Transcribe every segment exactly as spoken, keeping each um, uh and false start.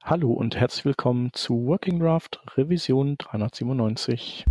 Hallo und herzlich willkommen zu Working Draft Revision dreihundertsiebenundneunzig.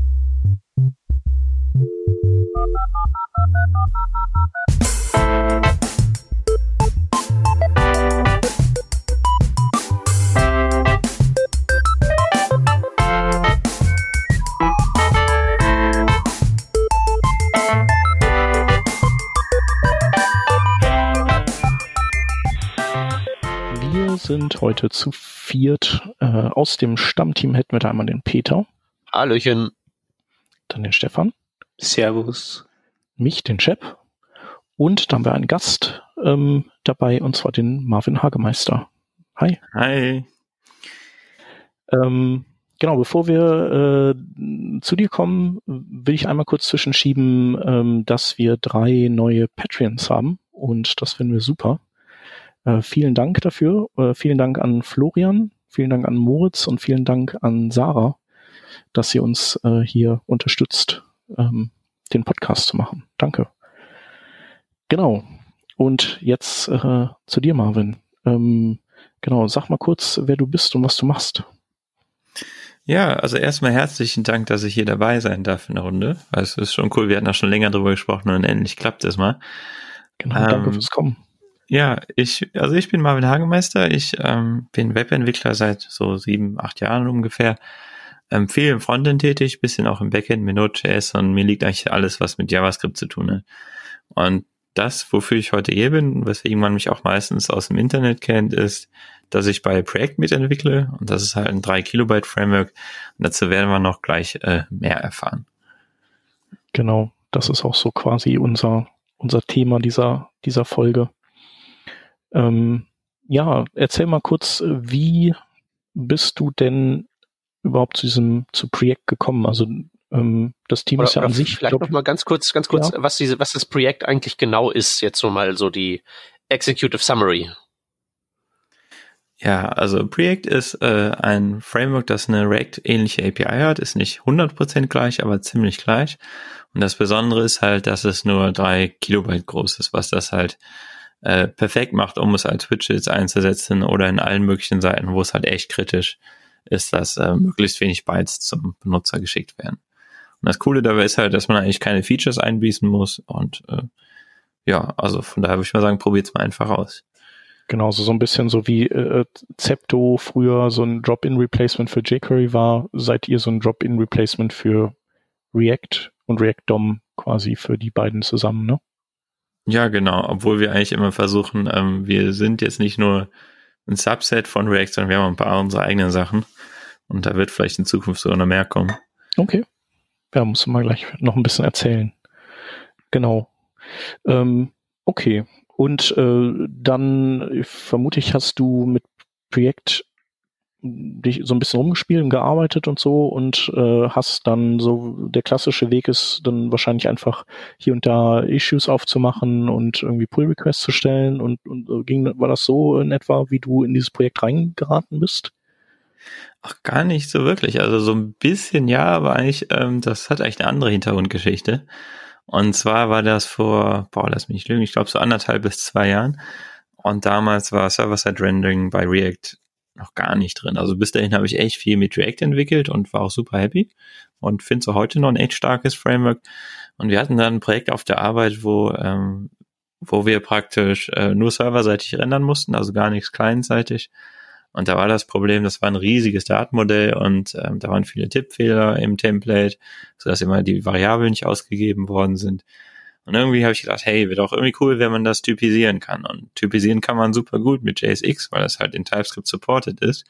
Wir sind heute zu viert. Äh, aus dem Stammteam hätten wir da einmal den Peter. Hallöchen. Dann den Stefan. Servus. Mich, den Chep. Und dann haben wir einen Gast ähm, dabei, und zwar den Marvin Hagemeister. Hi. Hi. Ähm, genau, bevor wir äh, zu dir kommen, will ich einmal kurz zwischenschieben, ähm, dass wir drei neue Patreons haben. Und das finden wir super. Äh, vielen Dank dafür. Äh, vielen Dank an Florian, vielen Dank an Moritz und vielen Dank an Sarah, dass ihr uns äh, hier unterstützt, ähm, den Podcast zu machen. Danke. Genau. Und jetzt äh, zu dir, Marvin. Ähm, genau, sag mal kurz, wer du bist und was du machst. Ja, also erstmal herzlichen Dank, dass ich hier dabei sein darf in der Runde. Also es ist schon cool, wir hatten da schon länger drüber gesprochen und endlich klappt es mal. Genau, ähm, danke fürs Kommen. Ja, ich, also ich bin Marvin Hagemeister, ich ähm, bin Webentwickler seit so sieben, acht Jahren ungefähr. Ähm, viel im Frontend tätig, bisschen auch im Backend mit Node.js, und mir liegt eigentlich alles, was mit JavaScript zu tun hat. Und das, wofür ich heute hier bin, weswegen man mich auch meistens aus dem Internet kennt, ist, dass ich bei Preact mitentwickle, und das ist halt ein drei Kilobyte Framework, und dazu werden wir noch gleich äh, mehr erfahren. Genau, das ist auch so quasi unser unser Thema dieser dieser Folge. Ähm, ja, erzähl mal kurz, wie bist du denn überhaupt zu diesem, zu Preact gekommen? Also ähm, das Team oder, ist ja an sich... Vielleicht noch mal ganz kurz, ganz kurz, ja. was diese, was das Preact eigentlich genau ist, jetzt so mal so die Executive Summary. Ja, also Preact ist äh, ein Framework, das eine React-ähnliche A P I hat, ist nicht hundert Prozent gleich, aber ziemlich gleich. Und das Besondere ist halt, dass es nur drei Kilobyte groß ist, was das halt Äh, perfekt macht, um es als Widgets einzusetzen oder in allen möglichen Seiten, wo es halt echt kritisch ist, dass äh, möglichst wenig Bytes zum Benutzer geschickt werden. Und das Coole dabei ist halt, dass man eigentlich keine Features einbießen muss, und äh, ja, also von daher würde ich mal sagen, probiert's mal einfach aus. Genau, so, so ein bisschen so wie äh, Zepto früher so ein Drop-in-Replacement für jQuery war, seid ihr so ein Drop-in-Replacement für React und React D O M quasi für die beiden zusammen, ne? Ja, genau, obwohl wir eigentlich immer versuchen, ähm, wir sind jetzt nicht nur ein Subset von React, sondern wir haben ein paar unsere eigenen Sachen, und da wird vielleicht in Zukunft sogar noch mehr kommen. Okay. Ja, musst du mal gleich noch ein bisschen erzählen. Genau. Ähm, okay. Und äh, dann vermute ich, hast du mit Preact dich so ein bisschen rumgespielt und gearbeitet und so, und äh, hast dann so, der klassische Weg ist dann wahrscheinlich einfach hier und da Issues aufzumachen und irgendwie Pull-Requests zu stellen, und, und ging, war das so in etwa, wie du in dieses Projekt reingeraten bist? Ach, gar nicht so wirklich. Also so ein bisschen ja, aber eigentlich, ähm, das hat eigentlich eine andere Hintergrundgeschichte. Und zwar war das vor, boah, lass mich nicht lügen, ich glaube so anderthalb bis zwei Jahren. Und damals war Server-Side-Rendering bei React noch gar nicht drin. Also bis dahin habe ich echt viel mit React entwickelt und war auch super happy und finde es auch heute noch ein echt starkes Framework. Und wir hatten dann ein Projekt auf der Arbeit, wo ähm, wo wir praktisch äh, nur serverseitig rendern mussten, also gar nichts clientseitig. Und da war das Problem, das war ein riesiges Datenmodell, und ähm, da waren viele Tippfehler im Template, sodass immer die Variablen nicht ausgegeben worden sind. Und irgendwie habe ich gedacht, hey, wäre doch irgendwie cool, wenn man das typisieren kann. Und typisieren kann man super gut mit J S X, weil das halt in TypeScript supported ist.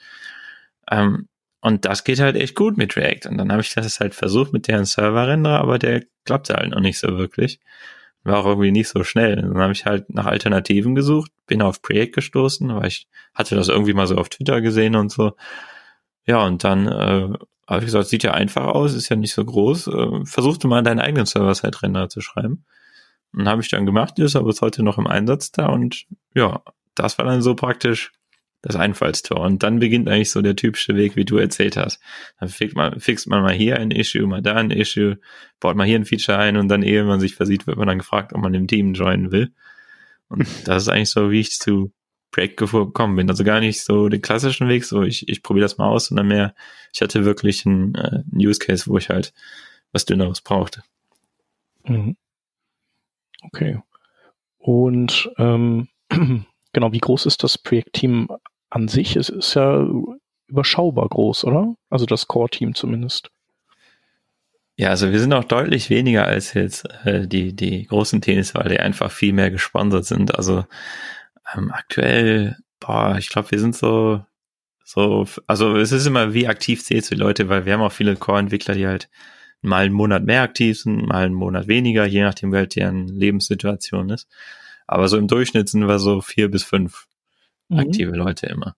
Ähm, und das geht halt echt gut mit React. Und dann habe ich das halt versucht mit deren Server-Renderer, aber der klappte halt noch nicht so wirklich. War auch irgendwie nicht so schnell. Und dann habe ich halt nach Alternativen gesucht, bin auf Preact gestoßen, weil ich hatte das irgendwie mal so auf Twitter gesehen und so. Ja, und dann äh, habe ich gesagt, sieht ja einfach aus, ist ja nicht so groß. Äh, versuchte mal deinen eigenen Server-Side-Renderer zu schreiben. Und habe ich dann gemacht, ist aber bis heute noch im Einsatz da, und ja, das war dann so praktisch das Einfallstor. Und dann beginnt eigentlich so der typische Weg, wie du erzählt hast. Dann fixt man, fixt man mal hier ein Issue, mal da ein Issue, baut mal hier ein Feature ein, und dann, ehe man sich versieht, wird man dann gefragt, ob man im Team joinen will. Und das ist eigentlich so, wie ich zu Projekt gekommen bin. Also gar nicht so den klassischen Weg, so ich, ich probiere das mal aus, sondern mehr, ich hatte wirklich einen, äh, einen Use Case, wo ich halt was Dünneres brauchte. Mhm. Okay. Und ähm, genau, wie groß ist das Projektteam an sich? Es ist ja überschaubar groß, oder? Also das Core-Team zumindest. Ja, also wir sind auch deutlich weniger als jetzt äh, die die großen Teams, weil die einfach viel mehr gesponsert sind. Also ähm, aktuell, boah, ich glaube, wir sind so so, also es ist immer, wie aktiv zählst du die Leute, weil wir haben auch viele Core-Entwickler, die halt mal einen Monat mehr aktiv sind, mal einen Monat weniger, je nachdem, wie halt deren Lebenssituation ist. Aber so im Durchschnitt sind wir so vier bis fünf mhm. aktive Leute immer.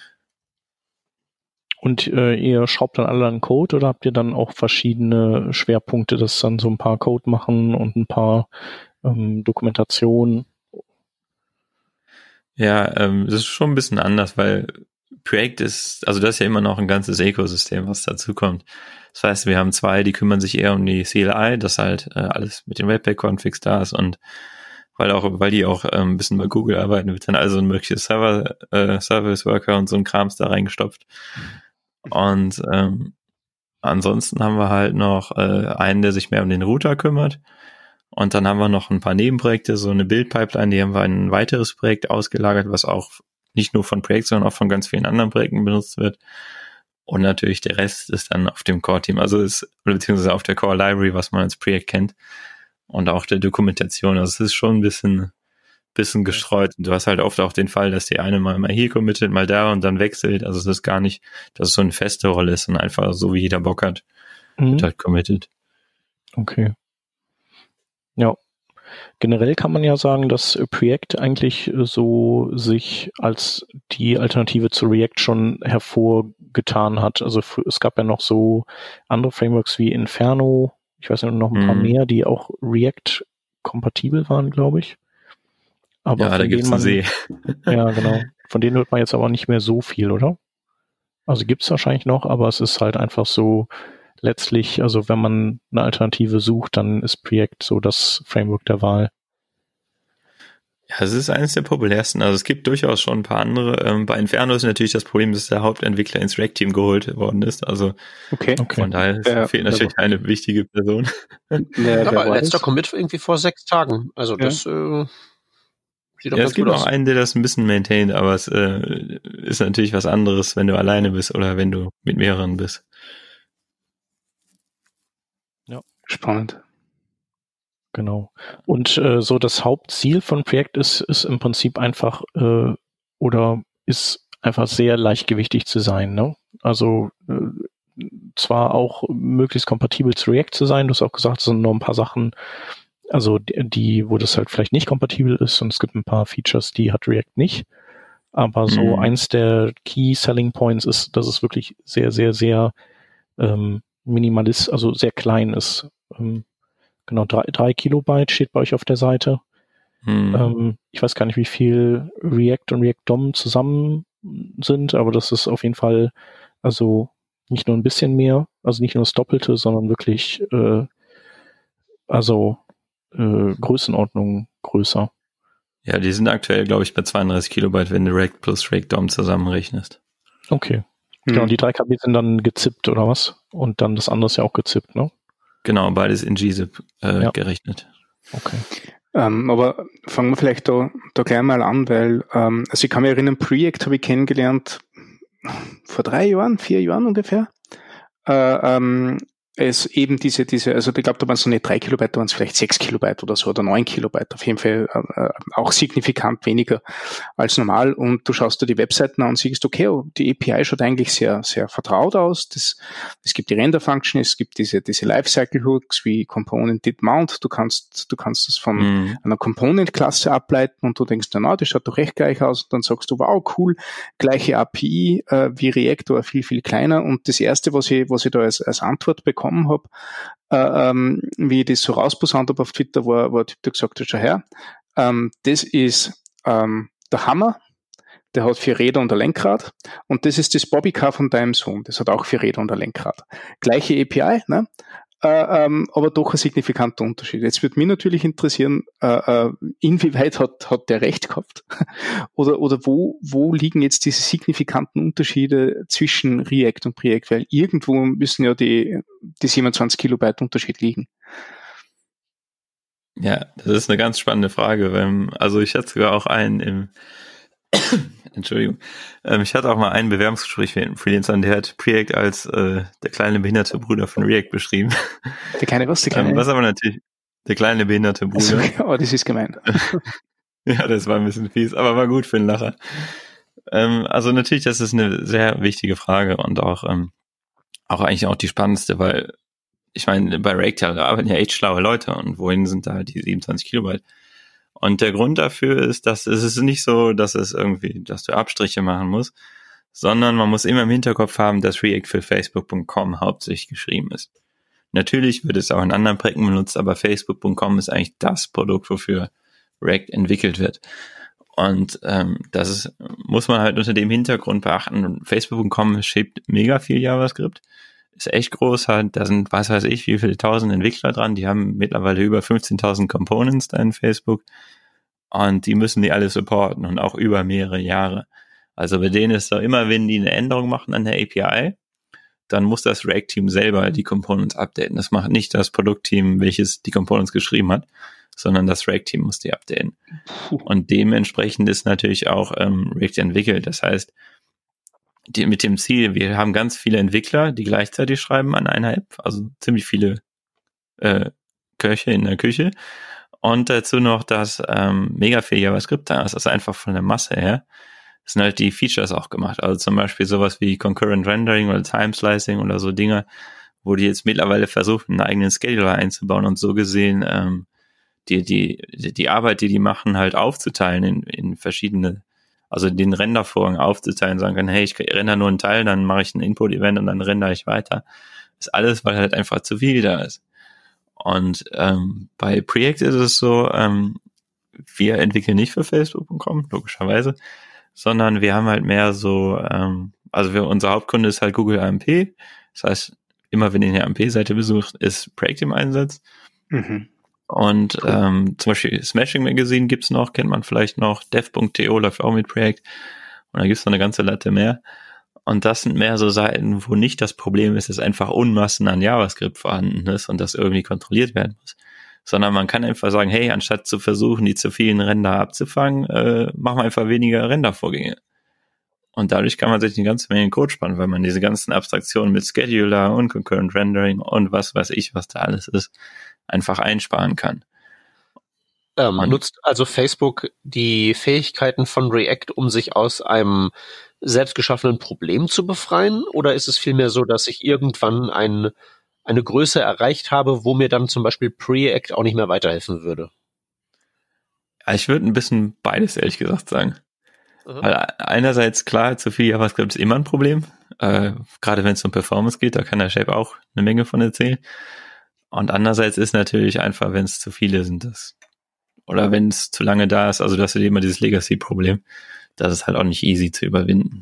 Und äh, ihr schraubt dann alle an Code oder habt ihr dann auch verschiedene Schwerpunkte, das dann so ein paar Code machen und ein paar ähm, Dokumentationen? Ja, ähm, das ist schon ein bisschen anders, weil Projekt ist, also das ist ja immer noch ein ganzes Ökosystem, was dazu kommt. Das heißt, wir haben zwei, die kümmern sich eher um die C L I, dass halt äh, alles mit den Webpack-Configs da ist und weil auch, weil die auch ähm, ein bisschen bei Google arbeiten, wird dann also ein mögliches Server, äh, Service-Worker und so ein Krams da reingestopft. Und ähm, ansonsten haben wir halt noch äh, einen, der sich mehr um den Router kümmert. Und dann haben wir noch ein paar Nebenprojekte, so eine Build-Pipeline, die haben wir in ein weiteres Projekt ausgelagert, was auch nicht nur von Projekten, sondern auch von ganz vielen anderen Projekten benutzt wird. Und natürlich der Rest ist dann auf dem Core-Team, also ist, beziehungsweise auf der Core-Library, was man als Projekt kennt. Und auch der Dokumentation. Also es ist schon ein bisschen, bisschen gestreut. Und du hast halt oft auch den Fall, dass die eine mal, mal hier committet, mal da und dann wechselt. Also es ist gar nicht, dass es so eine feste Rolle ist und einfach so, wie jeder Bock hat, mhm. wird halt committed. Okay. Ja. Generell kann man ja sagen, dass Projekt eigentlich so sich als die Alternative zu React schon hervorgetan hat. Also es gab ja noch so andere Frameworks wie Inferno, ich weiß nicht, noch ein paar mm. mehr, die auch React-kompatibel waren, glaube ich. Aber ja, da gibt's einen See. Ja, genau. Von denen hört man jetzt aber nicht mehr so viel, oder? Also gibt's wahrscheinlich noch, aber es ist halt einfach so, letztlich, also wenn man eine Alternative sucht, dann ist Projekt so das Framework der Wahl. Ja, es ist eines der populärsten. Also es gibt durchaus schon ein paar andere. Ähm, bei Inferno ist natürlich das Problem, dass der Hauptentwickler ins React-Team geholt worden ist. Also okay, okay. Von daher ja, fehlt natürlich ja, eine wichtige Person. Ja, aber letzter Commit irgendwie vor sechs Tagen. Also ja. das äh, sieht doch ja, ganz es gibt gut auch aus. einen, der das ein bisschen maintaint, aber es äh, ist natürlich was anderes, wenn du alleine bist oder wenn du mit mehreren bist. Ja, spannend. Genau. Und äh, so das Hauptziel von Projekt ist, ist im Prinzip einfach äh, oder ist einfach sehr leichtgewichtig zu sein. Ne? Also äh, zwar auch möglichst kompatibel zu React zu sein, du hast auch gesagt, es sind nur ein paar Sachen, also die, die, wo das halt vielleicht nicht kompatibel ist und es gibt ein paar Features, die hat React nicht. Aber so mhm. eins der Key Selling Points ist, dass es wirklich sehr, sehr, sehr ähm, minimalist, also sehr klein ist. Ähm, Genau, drei, drei Kilobyte steht bei euch auf der Seite. Hm. Ähm, ich weiß gar nicht, wie viel React und React D O M zusammen sind, aber das ist auf jeden Fall, also nicht nur ein bisschen mehr, also nicht nur das Doppelte, sondern wirklich, äh, also äh, Größenordnung größer. Ja, die sind aktuell, glaube ich, bei zweiunddreißig Kilobyte, wenn du React plus React D O M zusammenrechnest. Okay. Hm. Genau, die drei K B sind dann gezippt oder was? Und dann das andere ist ja auch gezippt, ne? Genau, beides in G-Zip äh, ja. gerechnet. Okay. Ähm, aber fangen wir vielleicht da, da gleich mal an, weil ähm, also ich kann mich erinnern, Projekt habe ich kennengelernt vor drei Jahren, vier Jahren ungefähr. Äh, ähm, es eben diese, diese, also ich glaube, da waren es so nicht drei Kilobyte, da waren es vielleicht sechs Kilobyte oder so oder neun Kilobyte, auf jeden Fall äh, auch signifikant weniger als normal. Und du schaust dir die Webseiten an und siehst, okay, die A P I schaut eigentlich sehr, sehr vertraut aus. Das, es gibt die Render-Function, es gibt diese, diese Lifecycle-Hooks wie Component did mount. Du kannst, du kannst das von mhm. einer Component-Klasse ableiten und du denkst, na, na, das schaut doch recht gleich aus. Und dann sagst du, wow, cool, gleiche A P I äh, wie React, aber viel, viel kleiner. Und das erste, was ich, was ich da als, als Antwort bekomme, habe, äh, ähm, wie ich das so rausposaunt habe auf Twitter, war, war ein Typ, der gesagt hat, schau her, ähm, das ist ähm, der Hammer, der hat vier Räder und ein Lenkrad und das ist das Bobbycar von deinem Sohn, das hat auch vier Räder und ein Lenkrad. Gleiche A P I, ne? äh, ähm, aber doch ein signifikanter Unterschied. Jetzt würde mich natürlich interessieren, äh, äh, inwieweit hat, hat der recht gehabt? oder oder wo, wo liegen jetzt diese signifikanten Unterschiede zwischen React und Preact? Weil irgendwo müssen ja die, die siebenundzwanzig Kilobyte Unterschied liegen. Ja, das ist eine ganz spannende Frage. Weil, also ich hatte sogar auch einen im Entschuldigung. Ähm, ich hatte auch mal ein Bewerbungsgespräch mit einem Freelancer, der hat Preact als äh, der kleine behinderte Bruder von React beschrieben. Der kleine was? Der kleine? Ähm, was aber natürlich der kleine behinderte Bruder. Also, oh, das ist gemein. Ja, das war ein bisschen fies, aber war gut für einen Lacher. Ähm, also natürlich, das ist eine sehr wichtige Frage und auch ähm, auch eigentlich auch die spannendste, weil ich meine, bei React ja, da arbeiten ja echt schlaue Leute und wohin sind da die siebenundzwanzig Kilobyte? Und der Grund dafür ist, dass es ist nicht so, dass es irgendwie, dass du Abstriche machen musst, sondern man muss immer im Hinterkopf haben, dass React für Facebook Punkt com hauptsächlich geschrieben ist. Natürlich wird es auch in anderen Projekten benutzt, aber Facebook Punkt com ist eigentlich das Produkt, wofür React entwickelt wird. Und ähm, das ist, muss man halt unter dem Hintergrund beachten. Facebook Punkt com schiebt mega viel JavaScript, ist echt groß, halt, da sind, was weiß ich, wie viele tausend Entwickler dran, die haben mittlerweile über fünfzehntausend Components da in Facebook und die müssen die alle supporten und auch über mehrere Jahre. Also bei denen ist so immer, wenn die eine Änderung machen an der A P I, dann muss das React-Team selber die Components updaten. Das macht nicht das Produktteam, welches die Components geschrieben hat, sondern das React-Team muss die updaten. Und dementsprechend ist natürlich auch ähm, React entwickelt. Das heißt, die, mit dem Ziel, wir haben ganz viele Entwickler, die gleichzeitig schreiben an einer App, also ziemlich viele äh, Köche in der Küche. Und dazu noch, dass ähm, mega viel JavaScript da ist, also einfach von der Masse her, sind halt die Features auch gemacht. Also zum Beispiel sowas wie Concurrent Rendering oder Time Slicing oder so Dinge, wo die jetzt mittlerweile versuchen, einen eigenen Scheduler einzubauen und so gesehen ähm, die, die, die Arbeit, die die machen, halt aufzuteilen in, in verschiedene, also den Rendervorgang aufzuteilen, sagen können, hey, ich render nur einen Teil, dann mache ich ein Input-Event und dann rendere ich weiter. Das ist alles, weil halt einfach zu viel da ist. Und ähm, bei Preact ist es so, ähm, wir entwickeln nicht für Facebook Punkt com, logischerweise, sondern wir haben halt mehr so, ähm, also wir, unser Hauptkunde ist halt Google A M P. Das heißt, immer wenn ihr eine A M P-Seite besucht, ist Preact im Einsatz. Mhm. Und cool. ähm, zum Beispiel Smashing Magazine gibt's noch, kennt man vielleicht noch, dev Punkt to läuft auch mit Preact. Und da gibt's noch eine ganze Latte mehr. Und das sind mehr so Seiten, wo nicht das Problem ist, dass einfach Unmassen an JavaScript vorhanden ist und das irgendwie kontrolliert werden muss. Sondern man kann einfach sagen, hey, anstatt zu versuchen, die zu vielen Render abzufangen, äh, machen wir einfach weniger Rendervorgänge. Und dadurch kann man sich eine ganze Menge Code sparen, weil man diese ganzen Abstraktionen mit Scheduler und Concurrent Rendering und was weiß ich, was da alles ist, einfach einsparen kann. Ähm, nutzt also Facebook die Fähigkeiten von React, um sich aus einem selbstgeschaffenen Problem zu befreien? Oder ist es vielmehr so, dass ich irgendwann ein, eine Größe erreicht habe, wo mir dann zum Beispiel Preact auch nicht mehr weiterhelfen würde? Ja, ich würde ein bisschen beides, ehrlich gesagt, sagen. Mhm. Weil einerseits, klar, zu viel JavaScript ist immer ein Problem. Äh, gerade wenn es um Performance geht, da kann der Shape auch eine Menge von erzählen. Und andererseits ist natürlich einfach, wenn es zu viele sind, das oder wenn es zu lange da ist, also das ist immer dieses Legacy-Problem, das ist halt auch nicht easy zu überwinden.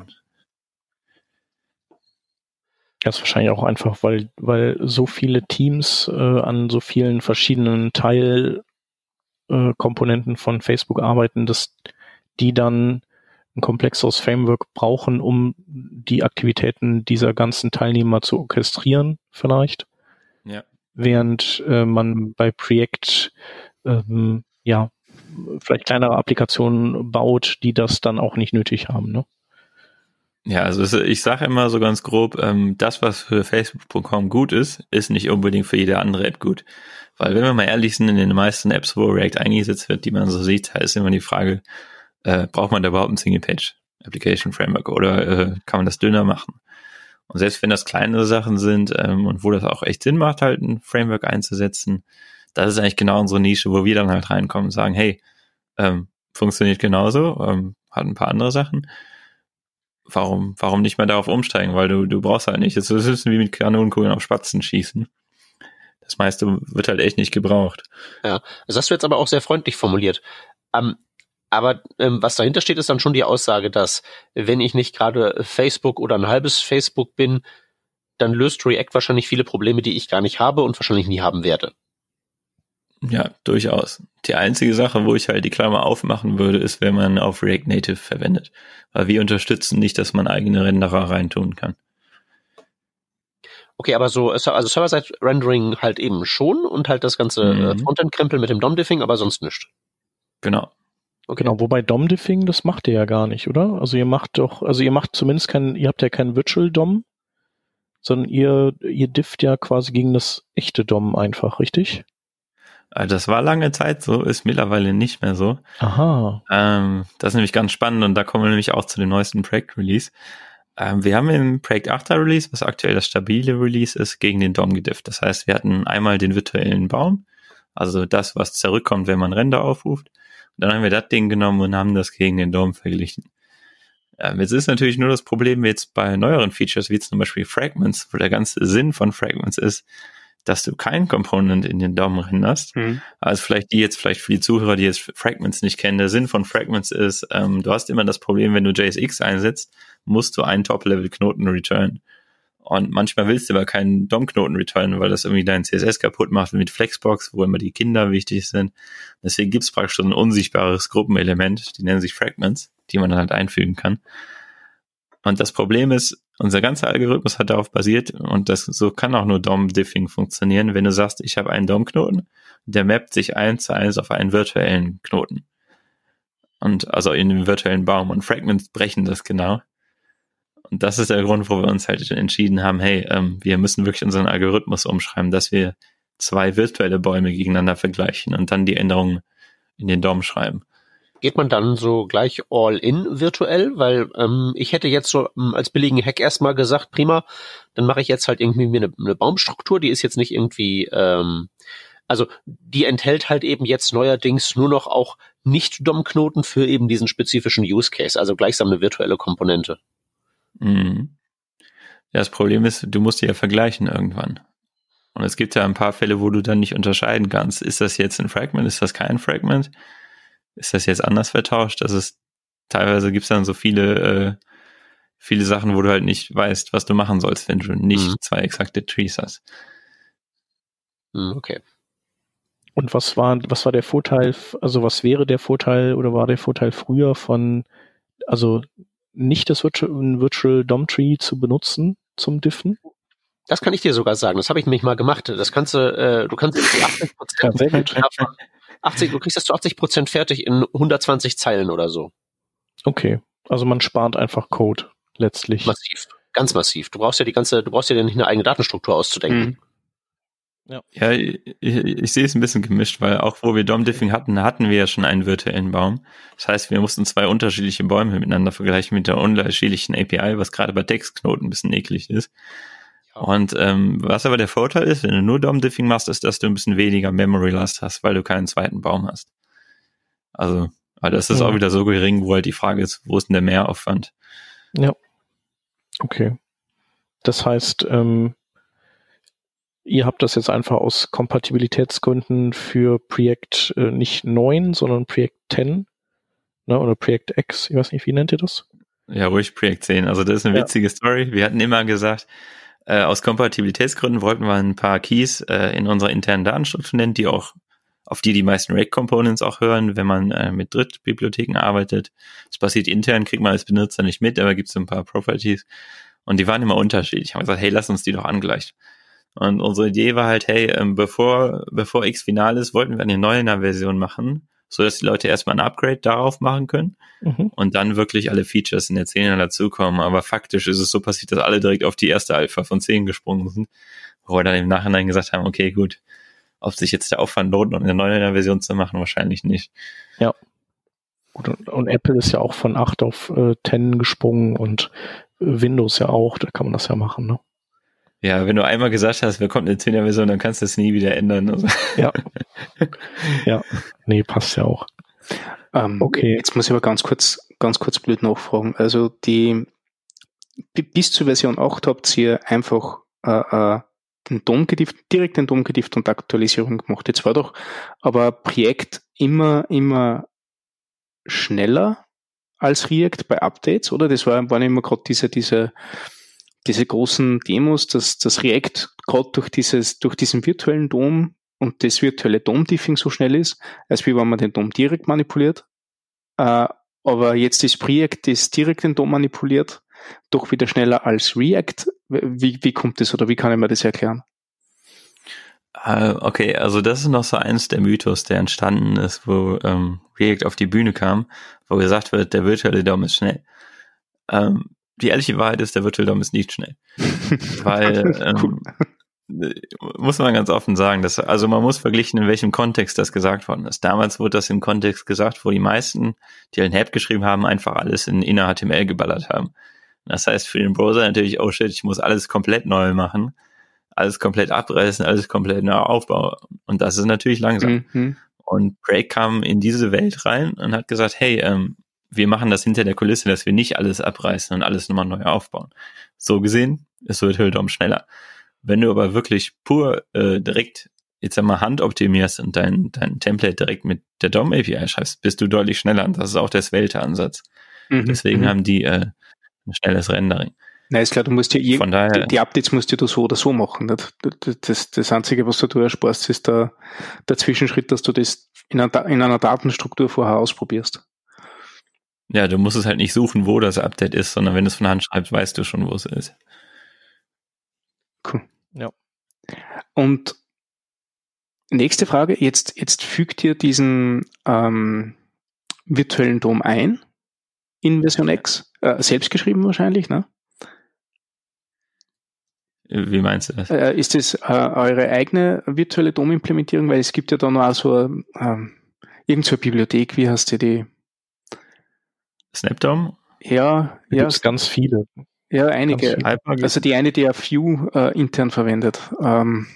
Das ist wahrscheinlich auch einfach, weil weil so viele Teams äh, an so vielen verschiedenen Teilkomponenten äh, von Facebook arbeiten, dass die dann ein komplexeres Framework brauchen, um die Aktivitäten dieser ganzen Teilnehmer zu orchestrieren, vielleicht. Ja. Während äh, man bei Preact ähm, ja vielleicht kleinere Applikationen baut, die das dann auch nicht nötig haben, ne? Ja, also ich sage immer so ganz grob, ähm, das, was für Facebook Punkt com gut ist, ist nicht unbedingt für jede andere App gut. Weil wenn wir mal ehrlich sind, in den meisten Apps, wo React eingesetzt wird, die man so sieht, da ist immer die Frage, äh, braucht man da überhaupt ein Single-Page-Application-Framework oder äh, kann man das dünner machen? Und selbst wenn das kleinere Sachen sind ähm, und wo das auch echt Sinn macht, halt ein Framework einzusetzen, das ist eigentlich genau unsere Nische, wo wir dann halt reinkommen und sagen, hey, ähm, funktioniert genauso, ähm, hat ein paar andere Sachen. Warum, warum nicht mehr darauf umsteigen? Weil du, du brauchst halt nicht. Das ist wie mit Kanonenkugeln auf Spatzen schießen. Das meiste wird halt echt nicht gebraucht. Ja, das hast du jetzt aber auch sehr freundlich formuliert. Ähm, aber ähm, was dahinter steht, ist dann schon die Aussage, dass wenn ich nicht gerade Facebook oder ein halbes Facebook bin, dann löst React wahrscheinlich viele Probleme, die ich gar nicht habe und wahrscheinlich nie haben werde. Ja, durchaus. Die einzige Sache, wo ich halt die Klammer aufmachen würde, ist, wenn man auf React Native verwendet. Weil wir unterstützen nicht, dass man eigene Renderer reintun kann. Okay, aber so, also Server-Side-Rendering halt eben schon und halt das ganze mhm. Frontend-Krempel mit dem D O M-Diffing, aber sonst nicht. Genau. Okay. Genau, wobei D O M-Diffing, das macht ihr ja gar nicht, oder? Also ihr macht doch, also ihr macht zumindest kein, ihr habt ja kein Virtual D O M, sondern ihr, ihr difft ja quasi gegen das echte D O M einfach, richtig? Das war lange Zeit so, ist mittlerweile nicht mehr so. Aha. Ähm, das ist nämlich ganz spannend und da kommen wir nämlich auch zu dem neuesten Projekt-Release. Ähm, wir haben im Projekt achter Release, was aktuell das stabile Release ist, gegen den D O M gedifft. Das heißt, wir hatten einmal den virtuellen Baum, also das, was zurückkommt, wenn man Render aufruft. Und dann haben wir das Ding genommen und haben das gegen den D O M verglichen. Ähm, jetzt ist natürlich nur das Problem jetzt bei neueren Features, wie zum Beispiel Fragments, wo der ganze Sinn von Fragments ist, dass du kein Component in den D O M renderst. Mhm. Also vielleicht die jetzt, vielleicht für die Zuhörer, die jetzt Fragments nicht kennen, der Sinn von Fragments ist, ähm, du hast immer das Problem, wenn du J S X einsetzt, musst du einen Top-Level-Knoten returnen. Und manchmal willst du aber keinen D O M-Knoten returnen, weil das irgendwie dein C S S kaputt macht mit Flexbox, wo immer die Kinder wichtig sind. Deswegen gibt es praktisch so ein unsichtbares Gruppenelement, die nennen sich Fragments, die man dann halt einfügen kann. Und das Problem ist, unser ganzer Algorithmus hat darauf basiert und das so kann auch nur D O M-Diffing funktionieren, wenn du sagst, ich habe einen D O M-Knoten, der mappt sich eins zu eins auf einen virtuellen Knoten. Und also in den virtuellen Baum und Fragments brechen das genau. Und das ist der Grund, wo wir uns halt entschieden haben, hey, ähm, wir müssen wirklich unseren Algorithmus umschreiben, dass wir zwei virtuelle Bäume gegeneinander vergleichen und dann die Änderungen in den D O M schreiben. Geht man dann so gleich all in virtuell? Weil ähm, ich hätte jetzt so ähm, als billigen Hack erstmal gesagt, prima, dann mache ich jetzt halt irgendwie mir eine, eine Baumstruktur, die ist jetzt nicht irgendwie, ähm, also die enthält halt eben jetzt neuerdings nur noch auch nicht-D O M-Knoten für eben diesen spezifischen Use Case, also gleichsam eine virtuelle Komponente. Mhm. Ja, das Problem ist, du musst die ja vergleichen irgendwann. Und es gibt ja ein paar Fälle, wo du dann nicht unterscheiden kannst. Ist das jetzt ein Fragment? Ist das kein Fragment? Ist das jetzt anders vertauscht? Das ist, teilweise gibt es dann so viele, äh, viele Sachen, wo du halt nicht weißt, was du machen sollst, wenn du nicht mhm. zwei exakte Trees hast. Okay. Und was war, was war der Vorteil, also was wäre der Vorteil oder war der Vorteil früher von, also nicht das Virtual, Virtual D O M-Tree zu benutzen zum Diffen? Das kann ich dir sogar sagen. Das habe ich nämlich mal gemacht. Das kannst du, äh, du kannst achtzig Prozent ja, sehr gut. achtzig, du kriegst das zu achtzig Prozent fertig in hundertzwanzig Zeilen oder so. Okay. Also man spart einfach Code letztlich. Massiv. Ganz massiv. Du brauchst ja die ganze, du brauchst ja nicht eine eigene Datenstruktur auszudenken. Mhm. Ja, ja ich, ich, ich sehe es ein bisschen gemischt, weil auch wo wir D O M-Diffing hatten, hatten wir ja schon einen virtuellen Baum. Das heißt, wir mussten zwei unterschiedliche Bäume miteinander vergleichen mit der unterschiedlichen A P I, was gerade bei Textknoten ein bisschen eklig ist. Ja. Und ähm, was aber der Vorteil ist, wenn du nur D O M-Diffing machst, ist, dass du ein bisschen weniger Memory-Last hast, weil du keinen zweiten Baum hast. Also, aber das ist ja auch wieder so gering, wo halt die Frage ist, wo ist denn der Mehraufwand? Ja. Okay. Das heißt, ähm, ihr habt das jetzt einfach aus Kompatibilitätsgründen für Projekt äh, nicht neun, sondern Projekt zehn, ne, oder Projekt X, ich weiß nicht, wie nennt ihr das? Ja, ruhig Projekt zehn. Also das ist eine ja. witzige Story. Wir hatten immer gesagt, äh, aus Kompatibilitätsgründen wollten wir ein paar Keys äh, in unserer internen Datenstruktur nennen, die auch, auf die die meisten React-Components auch hören, wenn man äh, mit Drittbibliotheken arbeitet. Das passiert intern, kriegt man als Benutzer nicht mit, aber gibt es ein paar Properties. Und die waren immer unterschiedlich. Haben gesagt, hey, lass uns die doch angleichen. Und unsere Idee war halt, hey, ähm, bevor bevor X final ist, wollten wir eine neue Version machen, so dass die Leute erstmal ein Upgrade darauf machen können mhm. und dann wirklich alle Features in der zehner dazukommen. Aber faktisch ist es so passiert, dass alle direkt auf die erste Alpha von zehn gesprungen sind, wo wir dann im Nachhinein gesagt haben, okay, gut, ob sich jetzt der Aufwand lohnt, noch eine neue Version zu machen, wahrscheinlich nicht. Ja. Gut, und, und Apple ist ja auch von acht auf äh, zehn gesprungen und Windows ja auch, da kann man das ja machen, ne? Ja, wenn du einmal gesagt hast, wir kommen eine zehner-Version, dann kannst du es nie wieder ändern. Also. Ja. Ja, nee, passt ja auch. Ähm, okay. Jetzt muss ich aber ganz kurz, ganz kurz blöd nachfragen. Also die bis zur Version acht habt ihr einfach äh, äh, den D O M gedifft, direkt den D O M gedifft und Aktualisierung gemacht. Jetzt war doch aber Projekt immer, immer schneller als React bei Updates, oder? Das war, waren immer gerade diese, diese diese großen Demos, dass das React gerade durch dieses, durch diesen virtuellen D O M und das virtuelle D O M-Diffing so schnell ist, als wie wenn man den D O M direkt manipuliert. Äh, aber jetzt ist Preact, das direkt den D O M manipuliert, doch wieder schneller als React. Wie, wie kommt das oder wie kann ich mir das erklären? Okay, also das ist noch so eins der Mythos, der entstanden ist, wo ähm, React auf die Bühne kam, wo gesagt wird, der virtuelle D O M ist schnell. Ähm, die ehrliche Wahrheit ist, der virtuelle D O M ist nicht schnell. Weil, ähm, muss man ganz offen sagen, dass, also man muss vergleichen, in welchem Kontext das gesagt worden ist. Damals wurde das im Kontext gesagt, wo die meisten, die ein App geschrieben haben, einfach alles in inner H T M L geballert haben. Das heißt für den Browser natürlich, oh shit, ich muss alles komplett neu machen. Alles komplett abreißen, alles komplett neu aufbauen. Und das ist natürlich langsam. Mhm. Und Break kam in diese Welt rein und hat gesagt, hey, ähm, wir machen das hinter der Kulisse, dass wir nicht alles abreißen und alles nochmal neu aufbauen. So gesehen, es wird Virtual D O M schneller. Wenn du aber wirklich pur äh, direkt, jetzt einmal Hand optimierst und dein, dein Template direkt mit der D O M-A P I schreibst, bist du deutlich schneller. Und das ist auch der Svelte-Ansatz. Mhm. Deswegen mhm. haben die äh, ein schnelles Rendering. Nein, ist klar, du musst ja eh, die, die Updates musst du so oder so machen. Nicht? Das, das Einzige, was du ersparst, ist der, der Zwischenschritt, dass du das in einer, in einer Datenstruktur vorher ausprobierst. Ja, du musst es halt nicht suchen, wo das Update ist, sondern wenn du es von Hand schreibst, weißt du schon, wo es ist. Cool. Ja. Und nächste Frage, jetzt, jetzt fügt ihr diesen ähm, virtuellen D O M ein in Version X, äh, selbst geschrieben wahrscheinlich, ne? Wie meinst du das? Äh, ist das äh, eure eigene virtuelle D O M-Implementierung? Weil es gibt ja da noch so äh, irgend so eine Bibliothek, wie heißt die? die? SnapDOM? Ja, da ja. Gibt es ganz viele. Ja, einige. Also die eine, die auf Vue äh, intern verwendet. Ähm,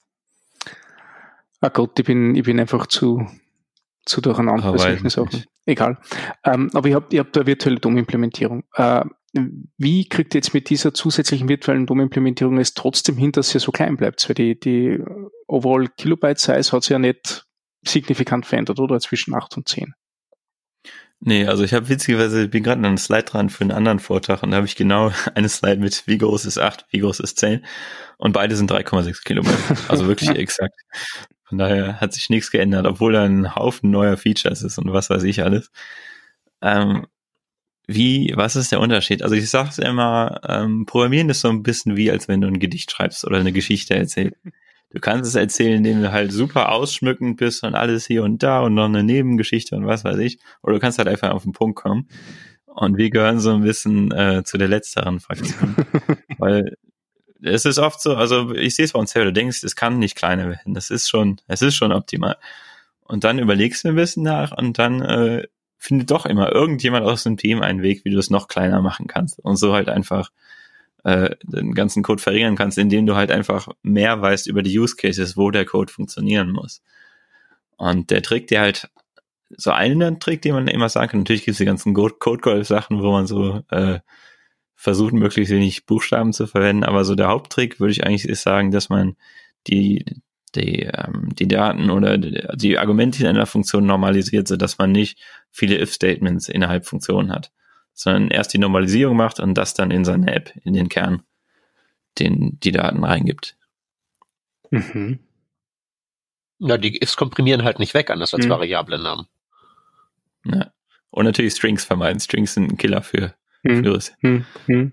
ah Gott, ich bin, ich bin einfach zu, zu durcheinander bei solchen Sachen. Egal. Ähm, aber ihr habt, ihr habt eine virtuelle D O M-Implementierung. Äh, Wie kriegt ihr jetzt mit dieser zusätzlichen virtuellen D O M-Implementierung es trotzdem hin, dass sie so klein bleibt? Weil die, die Overall Kilobyte Size hat sich ja nicht signifikant verändert, oder? Zwischen acht und zehn. Nee, also ich habe witzigerweise, ich bin gerade an einem Slide dran für einen anderen Vortrag und da habe ich genau eine Slide mit wie groß ist acht, wie groß ist zehn und beide sind drei Komma sechs Kilobyte. Also wirklich exakt. Von daher hat sich nichts geändert, obwohl da ein Haufen neuer Features ist und was weiß ich alles. Ähm, Wie, was ist der Unterschied? Also ich sag's immer, ähm, Programmieren ist so ein bisschen wie, als wenn du ein Gedicht schreibst oder eine Geschichte erzählst. Du kannst es erzählen, indem du halt super ausschmückend bist und alles hier und da und noch eine Nebengeschichte und was weiß ich. Oder du kannst halt einfach auf den Punkt kommen. Und wir gehören so ein bisschen äh, zu der letzteren Fraktion. Weil es ist oft so, also ich sehe es bei uns her, du denkst, es kann nicht kleiner werden. Das ist schon, es ist schon optimal. Und dann überlegst du ein bisschen nach und dann äh, findet doch immer irgendjemand aus dem Team einen Weg, wie du es noch kleiner machen kannst und so halt einfach äh, den ganzen Code verringern kannst, indem du halt einfach mehr weißt über die Use Cases, wo der Code funktionieren muss. Und der Trick, der halt so einen Trick, den man immer sagen kann, natürlich gibt es die ganzen Code-Golf-Sachen, wo man so äh, versucht, möglichst wenig Buchstaben zu verwenden, aber so der Haupttrick würde ich eigentlich sagen, dass man die die ähm, die Daten oder die, die Argumente in einer Funktion normalisiert, sodass man nicht viele If-Statements innerhalb Funktionen hat, sondern erst die Normalisierung macht und das dann in seine App, in den Kern, den die Daten reingibt. Mhm. Na, die Ifs komprimieren halt nicht weg, anders als mhm. Variablennamen. Ja. Und natürlich Strings vermeiden. Strings sind ein Killer für mhm. Flüsse. Mhm.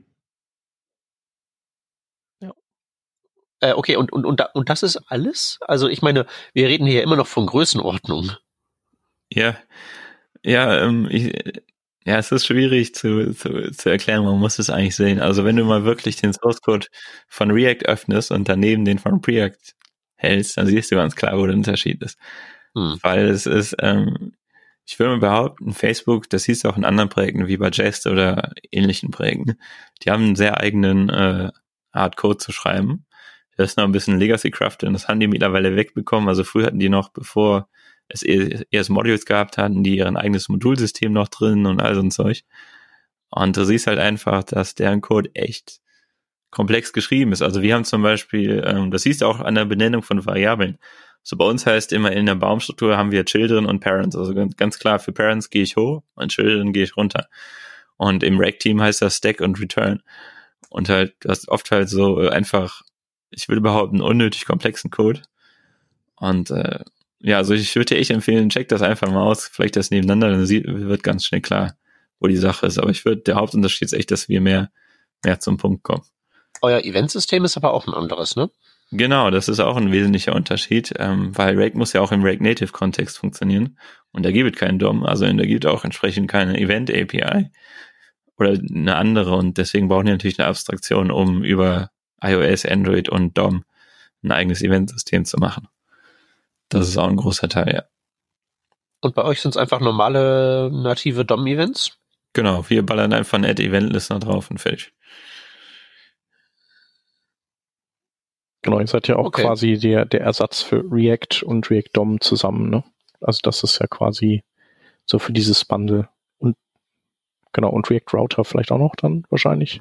Äh, okay, und, und, und, und das ist alles? Also ich meine, wir reden hier immer noch von Größenordnung. Ja, ja, ähm, ich, ja, es ist schwierig zu, zu, zu erklären, man muss es eigentlich sehen. Also wenn du mal wirklich den Source Code von React öffnest und daneben den von Preact hältst, dann siehst du ganz klar, wo der Unterschied ist. Hm. Weil es ist, ähm, ich würde mal behaupten, Facebook, das hieß auch in anderen Projekten wie bei Jest oder ähnlichen Projekten, die haben einen sehr eigenen äh, Art Code zu schreiben. Das ist noch ein bisschen Legacy-Craft und das haben die mittlerweile wegbekommen. Also früher hatten die noch, bevor es E S Modules gehabt hatten, die ihren eigenes Modulsystem noch drin und all so ein Zeug. Und du siehst halt einfach, dass deren Code echt komplex geschrieben ist. Also wir haben zum Beispiel, ähm, das siehst du auch an der Benennung von Variablen. So bei uns heißt immer in der Baumstruktur haben wir Children und Parents. Also ganz, ganz klar, für Parents gehe ich hoch und Children gehe ich runter. Und im Rec-Team heißt das Stack und Return. und halt, du hast oft halt so äh, einfach, ich würde behaupten, unnötig komplexen Code. Und äh, ja, also ich würde dir echt empfehlen, check das einfach mal aus, vielleicht das nebeneinander, dann sieht, wird ganz schnell klar, wo die Sache ist. Aber ich würde, der Hauptunterschied ist echt, dass wir mehr, mehr zum Punkt kommen. Euer Eventsystem ist aber auch ein anderes, ne? Genau, das ist auch ein wesentlicher Unterschied, ähm, weil React muss ja auch im React Native Kontext funktionieren und da gibt es keinen D O M, also da gibt es auch entsprechend keine Event A P I oder eine andere und deswegen brauchen die natürlich eine Abstraktion, um über iOS, Android und D O M ein eigenes Eventsystem zu machen. Das ist auch ein großer Teil, ja. Und bei euch sind es einfach normale native D O M-Events? Genau, wir ballern einfach einen Add-Event-Listener drauf und fertig. Genau, ihr seid ja auch okay. quasi der, der Ersatz für React und React D O M zusammen, ne? Also das ist ja quasi so für dieses Bundle. Und genau, und React Router vielleicht auch noch dann wahrscheinlich.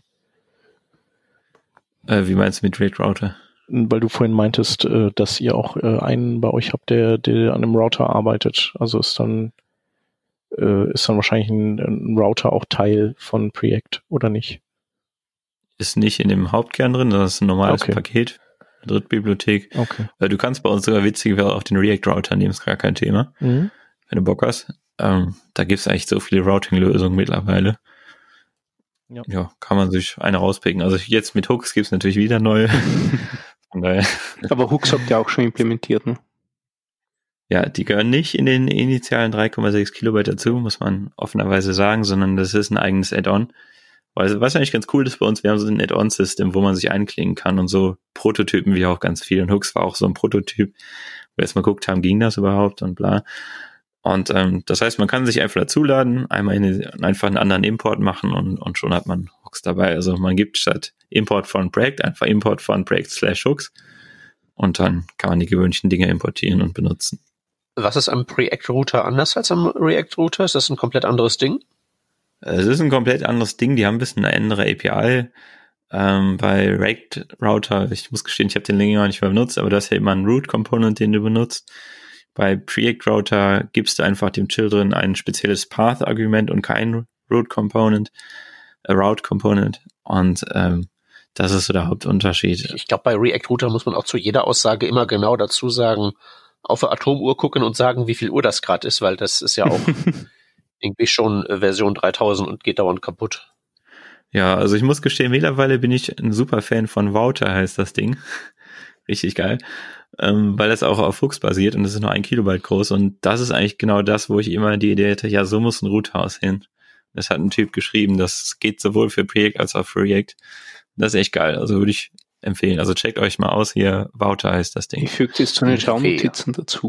Äh, wie meinst du mit React Router? Weil du vorhin meintest, äh, dass ihr auch äh, einen bei euch habt, der, der an einem Router arbeitet. Also ist dann äh, ist dann wahrscheinlich ein, ein Router auch Teil von Preact, oder nicht? Ist nicht in dem Hauptkern drin, das ist ein normales Okay. Paket. Drittbibliothek. Okay. Du kannst bei uns sogar witzigerweise auch den React-Router nehmen, ist gar kein Thema, Mhm. wenn du Bock hast. Ähm, da gibt es eigentlich so viele Routing-Lösungen mittlerweile. Ja. ja, kann man sich eine rauspicken. Also jetzt mit Hooks gibt es natürlich wieder neue. Von daher. Aber Hooks habt ihr auch schon implementiert, ne? Ja, die gehören nicht in den initialen drei Komma sechs Kilobyte dazu, muss man offenerweise sagen, sondern das ist ein eigenes Add-on. Also, was eigentlich ganz cool ist bei uns, wir haben so ein Add-on-System, wo man sich einklingen kann und so Prototypen wie auch ganz viel. Und Hooks war auch so ein Prototyp, wo wir erstmal geguckt haben, ging das überhaupt und bla. Und ähm, das heißt, man kann sich einfach dazuladen, einmal in, einfach einen anderen Import machen und, und schon hat man Hooks dabei. Also man gibt statt Import von Projekt einfach Import von Projekt slash Hooks und dann kann man die gewöhnlichen Dinge importieren und benutzen. Was ist am Preact-Router anders als am React-Router? Ist das ein komplett anderes Ding? Es ist ein komplett anderes Ding, die haben ein bisschen eine andere A P I. Ähm, bei React Router, ich muss gestehen, ich habe den länger nicht mehr benutzt, aber das ist ja immer ein Root-Component, den du benutzt. Bei Preact Router gibst du einfach dem Children ein spezielles Path-Argument und kein Root-Component, a Route-Component und ähm, das ist so der Hauptunterschied. Ich glaube, bei React Router muss man auch zu jeder Aussage immer genau dazu sagen, auf der Atomuhr gucken und sagen, wie viel Uhr das gerade ist, weil das ist ja auch irgendwie schon Version dreitausend und geht dauernd kaputt. Ja, also ich muss gestehen, mittlerweile bin ich ein super Fan von Wouter, heißt das Ding. Richtig geil. Ähm, weil das auch auf Hooks basiert und das ist nur ein Kilobyte groß und das ist eigentlich genau das, wo ich immer die Idee hätte, ja, so muss ein Router aussehen. Das hat ein Typ geschrieben, das geht sowohl für Preact als auch für React. Das ist echt geil, also würde ich empfehlen. Also checkt euch mal aus hier, Wouter heißt das Ding. Ich füge jetzt zu den Schaunotizen dazu.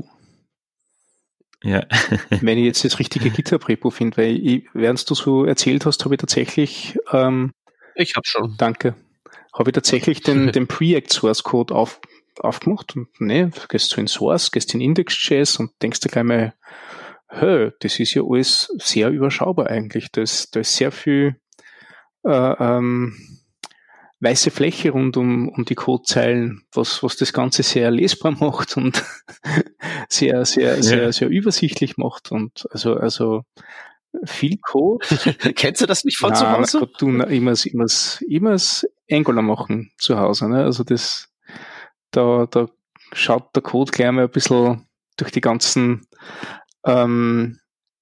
Ja. Wenn ich jetzt das richtige GitHub-Repo finde, weil ich, während du so erzählt hast, habe ich tatsächlich ähm, Ich habe schon. Danke. Habe ich tatsächlich den, den Preact-Source-Code auf, aufgemacht und ne, gehst du in Source, gehst in Index.js und denkst dir gleich mal, hä, das ist ja alles sehr überschaubar eigentlich. Da ist, da ist sehr viel äh, ähm, weiße Fläche rund um, um die Codezeilen, was, was das Ganze sehr lesbar macht und sehr, sehr, sehr, ja. sehr übersichtlich macht und also, also viel Code. Kennst du das nicht von na, zu Hause? Gott, du, na, ich muss, ich muss, ich muss Angular machen zu Hause, ne? Also das, da, da schaut der Code gleich mal ein bisschen durch die ganzen ähm,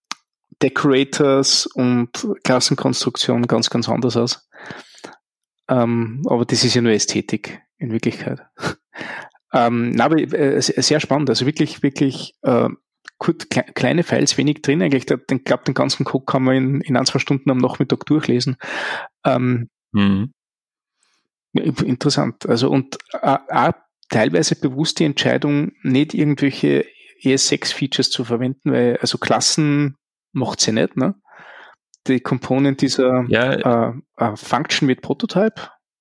Decorators und Klassenkonstruktionen ganz, ganz anders aus. Ähm, aber das ist ja nur Ästhetik in Wirklichkeit. ähm, na, aber äh, sehr spannend, also wirklich, wirklich äh, gut, kle- kleine Files, wenig drin eigentlich. Ich glaube, den ganzen Code kann man in, in ein, zwei Stunden am Nachmittag durchlesen. Ähm, mhm. ja, interessant. Also und äh, auch teilweise bewusst die Entscheidung, nicht irgendwelche E S sechs Features zu verwenden, weil also Klassen macht sie nicht, ne? Die Component dieser ja, äh, äh, Function mit Prototype.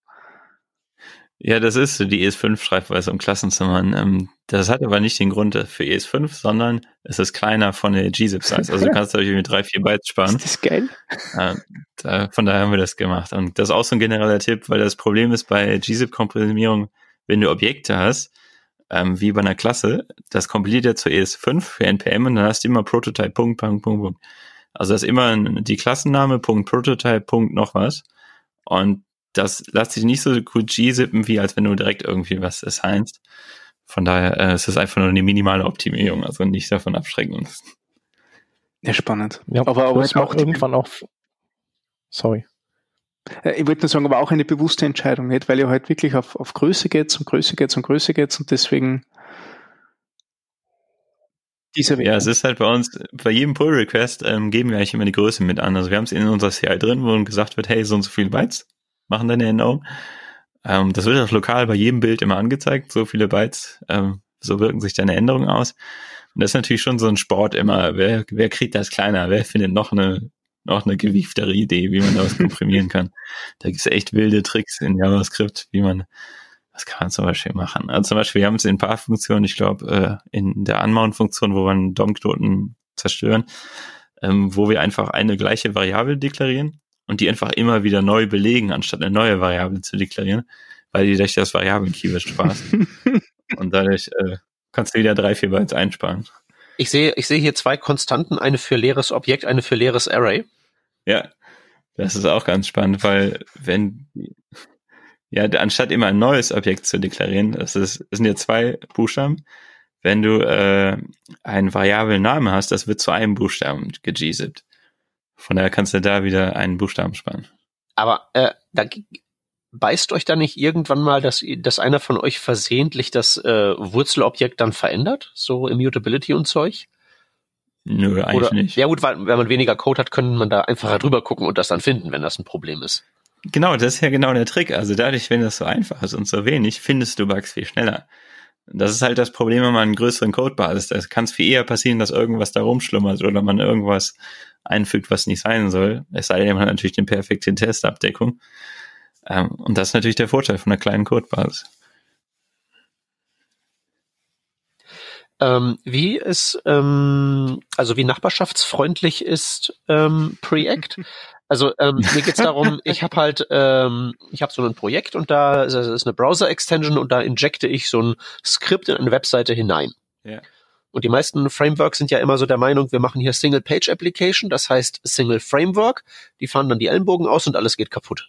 Ja, das ist die E S fünf Schreibweise, um Klassen zu machen. Ähm, das hat aber nicht den Grund für E S fünf, sondern es ist kleiner von der G-Zip-Size. Also du kannst da irgendwie mit drei, vier Bytes sparen. Ist das geil? Äh, da, von daher haben wir das gemacht. Und das ist auch so ein genereller Tipp, weil das Problem ist bei G-Zip-Komprimierung, wenn du Objekte hast, ähm, wie bei einer Klasse, das kompiliert ja zur E S fünf für N P M und dann hast du immer Prototype, Punkt, Punkt, Punkt, Punkt. Also das ist immer die Klassenname, Punkt, Prototype, Punkt, noch was. Und das lässt sich nicht so gut G-zippen, wie als wenn du direkt irgendwie was assignst. Von daher äh, es ist einfach nur eine minimale Optimierung, also nicht davon abschrecken lassen. Ja, spannend. Ja, aber aber es auch macht irgendwann auch. Sorry. Ich wollte nur sagen, aber auch eine bewusste Entscheidung, nicht? Weil ihr halt wirklich auf, auf Größe geht und Größe geht und Größe geht und deswegen diese Ja, es ist halt bei uns, bei jedem Pull-Request ähm, geben wir eigentlich immer die Größe mit an. Also wir haben es in unserer C I drin, wo gesagt wird, hey, so und so viele Bytes machen deine Änderung. Ähm, das wird auch lokal bei jedem Bild immer angezeigt, so viele Bytes, ähm, so wirken sich deine Änderungen aus. Und das ist natürlich schon so ein Sport immer, wer, wer kriegt das kleiner, wer findet noch eine noch eine gewieftere Idee, wie man das komprimieren kann. Da gibt es echt wilde Tricks in JavaScript, wie man, was kann man zum Beispiel machen? Also zum Beispiel, wir haben es in ein paar Funktionen, ich glaube, äh, in der Unmount-Funktion, wo wir einen D O M-Knoten zerstören, ähm, wo wir einfach eine gleiche Variable deklarieren und die einfach immer wieder neu belegen, anstatt eine neue Variable zu deklarieren, weil die durch das Variablen-Keyword sparst. Und dadurch äh, kannst du wieder drei, vier Bytes einsparen. Ich sehe, ich sehe hier zwei Konstanten, eine für leeres Objekt, eine für leeres Array. Ja, das ist auch ganz spannend, weil wenn, ja, anstatt immer ein neues Objekt zu deklarieren, das, ist, das sind ja zwei Buchstaben, wenn du äh, einen variablen Namen hast, das wird zu einem Buchstaben gegzippt. Von daher kannst du da wieder einen Buchstaben sparen. Aber äh, da beißt euch da nicht irgendwann mal, dass, dass einer von euch versehentlich das äh, Wurzelobjekt dann verändert? So Immutability und Zeug? Nö, eigentlich Oder, nicht. Ja gut, weil wenn man weniger Code hat, kann man da einfacher drüber gucken und das dann finden, wenn das ein Problem ist. Genau, das ist ja genau der Trick. Also dadurch, wenn das so einfach ist und so wenig, findest du Bugs viel schneller. Das ist halt das Problem, wenn man einen größeren Codebasis, da kann es viel eher passieren, dass irgendwas da rumschlummert oder man irgendwas einfügt, was nicht sein soll. Es sei denn, man hat natürlich eine perfekte Testabdeckung. Ähm, und das ist natürlich der Vorteil von einer kleinen Codebasis. Ähm, wie ist, ähm, also wie nachbarschaftsfreundlich ist ähm, Preact? Also ähm, mir geht's darum, ich habe halt, ähm, ich habe so ein Projekt und da ist, ist eine Browser-Extension und da injecte ich so ein Skript in eine Webseite hinein. Ja. Und die meisten Frameworks sind ja immer so der Meinung, wir machen hier Single-Page-Application, das heißt Single-Framework, die fahren dann die Ellenbogen aus und alles geht kaputt.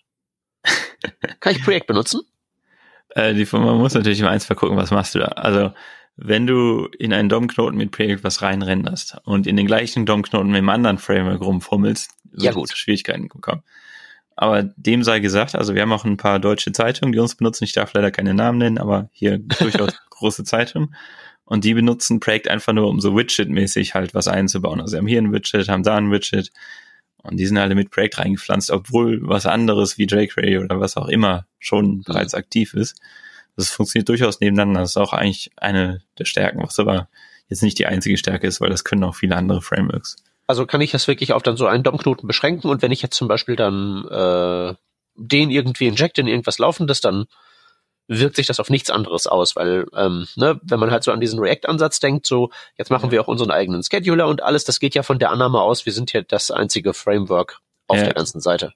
Kann ich Preact benutzen? Äh, die, man muss natürlich immer eins vergucken, was machst du da? Also wenn du in einen D O M-Knoten mit Preact was reinrenderst und in den gleichen D O M-Knoten mit einem anderen Framework rumfummelst, ja, gut. zu Schwierigkeiten bekommen. Aber dem sei gesagt, also wir haben auch ein paar deutsche Zeitungen, die uns benutzen. Ich darf leider keine Namen nennen, aber hier durchaus große Zeitungen. Und die benutzen Preact einfach nur, um so Widget-mäßig halt was einzubauen. Also sie haben hier ein Widget, haben da ein Widget. Und die sind alle mit Preact reingepflanzt, obwohl was anderes wie jQuery oder was auch immer schon bereits mhm. aktiv ist. Das funktioniert durchaus nebeneinander. Das ist auch eigentlich eine der Stärken, was aber jetzt nicht die einzige Stärke ist, weil das können auch viele andere Frameworks. Also kann ich das wirklich auf dann so einen D O M-Knoten beschränken und wenn ich jetzt zum Beispiel dann äh, den irgendwie injecte in irgendwas Laufendes, dann wirkt sich das auf nichts anderes aus, weil ähm, ne, wenn man halt so an diesen React-Ansatz denkt, so jetzt machen wir auch unseren eigenen Scheduler und alles, das geht ja von der Annahme aus, wir sind ja das einzige Framework auf ja. der ganzen Seite.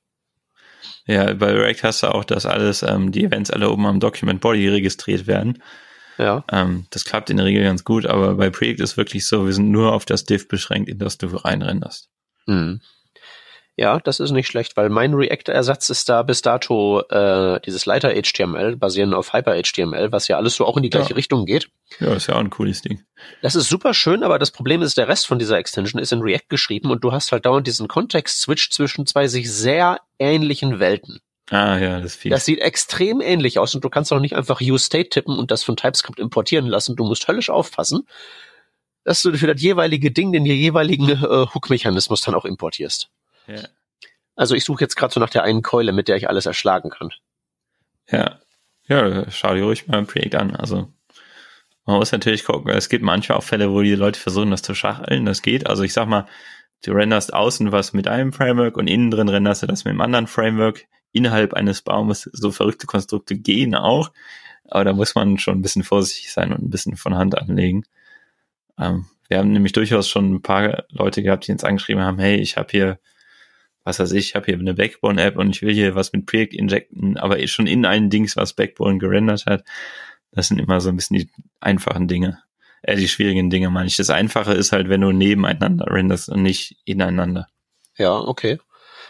Ja, bei React hast du auch, dass alles, ähm, die Events alle oben am Document Body registriert werden. Ja. Ähm, das klappt in der Regel ganz gut, aber bei Preact ist wirklich so, wir sind nur auf das Div beschränkt, in das du reinrenderst. Mhm. Ja, das ist nicht schlecht, weil mein React-Ersatz ist da bis dato äh, dieses Leiter-H T M L, basierend auf Hyper-H T M L, was ja alles so auch in die gleiche ja. Richtung geht. Ja, ist ja auch ein cooles Ding. Das ist super schön, aber das Problem ist, der Rest von dieser Extension ist in React geschrieben und du hast halt dauernd diesen Kontext-Switch zwischen zwei sich sehr ähnlichen Welten. Ah ja, das ist viel. Das sieht extrem ähnlich aus und du kannst auch nicht einfach Use-State tippen und das von TypeScript importieren lassen. Du musst höllisch aufpassen, dass du für das jeweilige Ding den jeweiligen äh, Hook-Mechanismus dann auch importierst. Ja. Also ich suche jetzt gerade so nach der einen Keule, mit der ich alles erschlagen kann. Ja, ja, schau dir ruhig mal ein Projekt an. Also man muss natürlich gucken, es gibt manchmal auch Fälle, wo die Leute versuchen, das zu schacheln. Das geht. Also ich sag mal, du renderst außen was mit einem Framework und innen drin renderst du das mit einem anderen Framework. Innerhalb eines Baumes, so verrückte Konstrukte gehen auch, aber da muss man schon ein bisschen vorsichtig sein und ein bisschen von Hand anlegen. Ähm, wir haben nämlich durchaus schon ein paar Leute gehabt, die uns angeschrieben haben, hey, ich habe hier, was weiß ich, ich habe hier eine Backbone-App und ich will hier was mit Preact injecten, aber schon in ein Dings, was Backbone gerendert hat. Das sind immer so ein bisschen die einfachen Dinge, äh, die schwierigen Dinge, meine ich. Das Einfache ist halt, wenn du nebeneinander renderst und nicht ineinander. Ja, okay.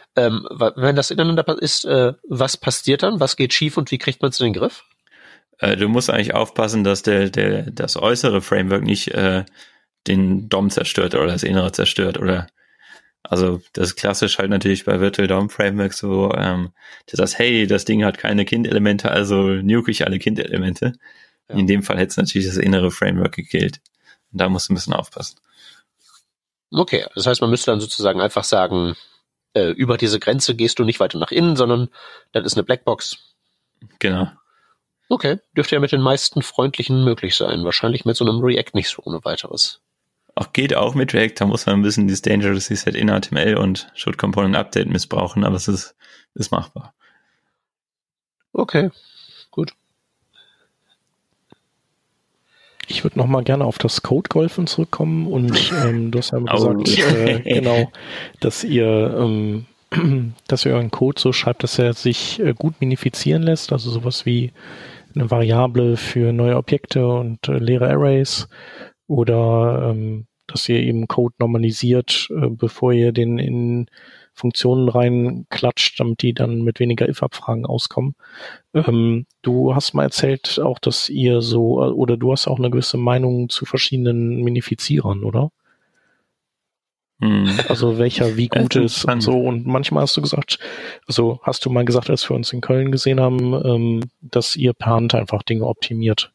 Ähm, wenn das ineinander ist, äh, was passiert dann? Was geht schief und wie kriegt man es in den Griff? Äh, du musst eigentlich aufpassen, dass der, der, das äußere Framework nicht äh, den D O M zerstört oder das Innere zerstört oder also das ist klassisch halt natürlich bei Virtual D O M Frameworks so, ähm, du sagst, hey, das Ding hat keine Kind-Elemente, also nuke ich alle Kind-Elemente. Ja. In dem Fall hätte es natürlich das innere Framework gekillt. Und da musst du ein bisschen aufpassen. Okay, das heißt, man müsste dann sozusagen einfach sagen, äh, über diese Grenze gehst du nicht weiter nach innen, sondern das ist eine Blackbox. Genau. Okay, dürfte ja mit den meisten freundlichen möglich sein. Wahrscheinlich mit so einem React nicht so ohne weiteres. Auch geht auch mit React, da muss man ein bisschen dieses Dangerously Set in H T M L und Should Component Update missbrauchen, aber es ist, ist machbar. Okay, gut. Ich würde noch mal gerne auf das Code-Golfen zurückkommen und ähm, du hast ja gesagt, oh. äh, genau, dass ihr, ähm, dass ihr euren Code so schreibt, dass er sich äh, gut minifizieren lässt, also sowas wie eine Variable für neue Objekte und äh, leere Arrays oder ähm, dass ihr eben Code normalisiert, äh, bevor ihr den in Funktionen reinklatscht, damit die dann mit weniger if-Abfragen auskommen. Ähm, du hast mal erzählt auch, dass ihr so, oder du hast auch eine gewisse Meinung zu verschiedenen Minifizierern, oder? Hm. Also welcher wie gut ist und so. Und manchmal hast du gesagt, also hast du mal gesagt, als wir uns in Köln gesehen haben, ähm, dass ihr per Hand einfach Dinge optimiert.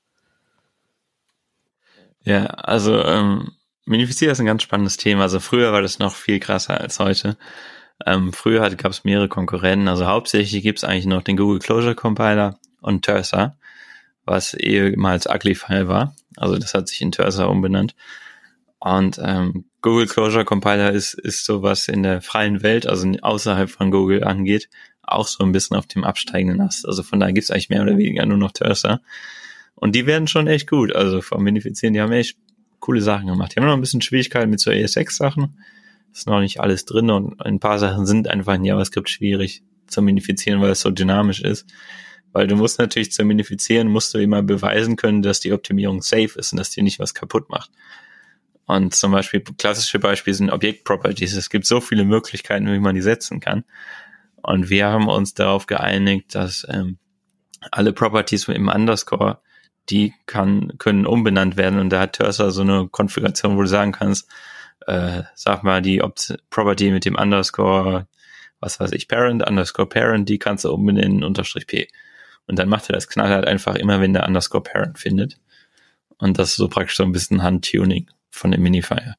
Ja, also ähm, Minifizier ist ein ganz spannendes Thema. Also früher war das noch viel krasser als heute. Ähm, früher gab es mehrere Konkurrenten, also hauptsächlich gibt es eigentlich noch den Google Closure Compiler und Tersa, was ehemals Uglify war, also das hat sich in Tersa umbenannt. Und ähm, Google Closure Compiler ist ist sowas in der freien Welt, also außerhalb von Google angeht, auch so ein bisschen auf dem absteigenden Ast. Also von daher gibt es eigentlich mehr oder weniger nur noch Tersa. Und die werden schon echt gut, also vom Minifizieren, die haben echt coole Sachen gemacht. Die haben noch ein bisschen Schwierigkeiten mit so E S X Sachen. Ist noch nicht alles drin und ein paar Sachen sind einfach in JavaScript schwierig zu minifizieren, weil es so dynamisch ist. Weil du musst natürlich zum Minifizieren, musst du immer beweisen können, dass die Optimierung safe ist und dass die nicht was kaputt macht. Und zum Beispiel, klassische Beispiele sind Objekt-Properties. Es gibt so viele Möglichkeiten, wie man die setzen kann. Und wir haben uns darauf geeinigt, dass ähm, alle Properties mit dem Underscore, die kann, können umbenannt werden. Und da hat Tersa so eine Konfiguration, wo du sagen kannst, Äh, sag mal, die Opt- Property mit dem Underscore, was weiß ich, Parent, Underscore Parent, die kannst du umbenennen, Unterstrich P. Und dann macht er das knallhart einfach immer, wenn der Underscore Parent findet. Und das ist so praktisch so ein bisschen Handtuning von dem Minifier.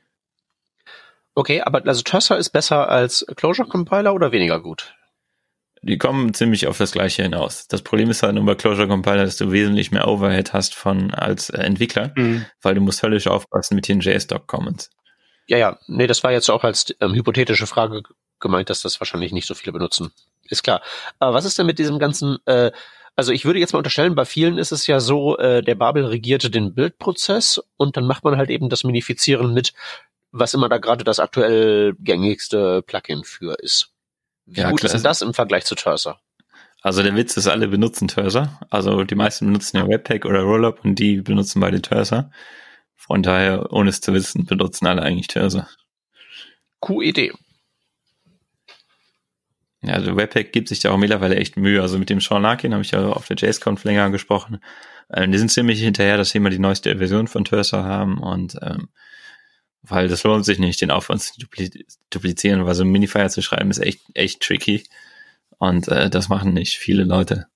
Okay, aber also Tersa ist besser als Closure Compiler oder weniger gut? Die kommen ziemlich auf das Gleiche hinaus. Das Problem ist halt nur bei Closure Compiler, dass du wesentlich mehr Overhead hast von als äh, Entwickler, mhm. weil du musst höllisch aufpassen mit den J S-Doc Comments. Ja, ja, nee, das war jetzt auch als ähm, hypothetische Frage gemeint, dass das wahrscheinlich nicht so viele benutzen. Ist klar. Aber was ist denn mit diesem ganzen, äh, also ich würde jetzt mal unterstellen, bei vielen ist es ja so, äh, der Babel regierte den Bildprozess und dann macht man halt eben das Minifizieren mit, was immer da gerade das aktuell gängigste Plugin für ist. Wie ja, gut klar. Ist denn das im Vergleich zu Tersa? Also der Witz ist, alle benutzen Tersa. Also die meisten benutzen ja Webpack oder Rollup und die benutzen beide Tersa. Von daher, ohne es zu wissen, benutzen alle eigentlich Tersa. Coole Idee. Ja, also Webpack gibt sich da auch mittlerweile echt Mühe. Also mit dem Sean Larkin habe ich ja auf der JSConf länger gesprochen. Ähm, die sind ziemlich hinterher, dass sie immer die neueste Version von Tersa haben und ähm, weil das lohnt sich nicht, den Aufwand zu dupli- duplizieren, weil so ein Minifier zu schreiben ist echt echt tricky und äh, das machen nicht viele Leute.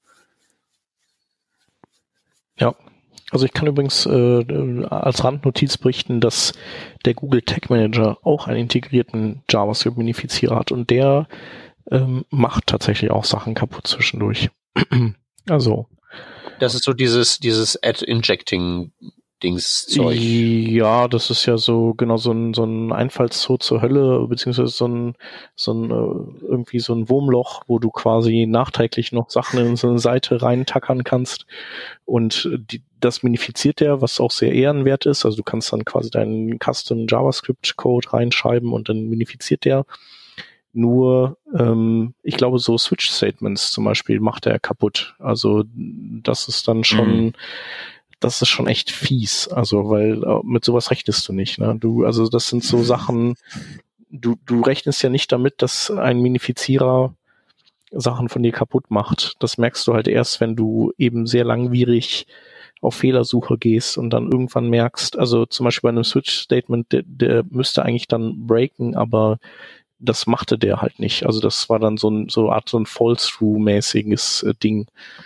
Ja. Also ich kann übrigens äh, als Randnotiz berichten, dass der Google Tag Manager auch einen integrierten JavaScript-Minifizierer hat und der ähm, macht tatsächlich auch Sachen kaputt zwischendurch. Also. Das ist so dieses dieses Ad-Injecting Dings-Zeug. Ja, das ist ja so genau so ein so ein Einfallstor zur Hölle, beziehungsweise so ein so ein äh, irgendwie so ein Wurmloch, wo du quasi nachträglich noch Sachen in so eine Seite reintackern kannst und die, das minifiziert der, was auch sehr ehrenwert ist. Also du kannst dann quasi deinen Custom JavaScript-Code reinschreiben und dann minifiziert der. Nur, ähm, ich glaube, so Switch-Statements zum Beispiel macht er kaputt. Also das ist dann schon mhm. Das ist schon echt fies, also weil äh, mit sowas rechnest du nicht, ne? Du, also das sind so Sachen, du, du rechnest ja nicht damit, dass ein Minifizierer Sachen von dir kaputt macht. Das merkst du halt erst, wenn du eben sehr langwierig auf Fehlersuche gehst und dann irgendwann merkst, also zum Beispiel bei einem Switch-Statement, der, der müsste eigentlich dann breaken, aber das machte der halt nicht. Also das war dann so ein, so eine Art so ein Fall-Through-mäßiges äh, Ding.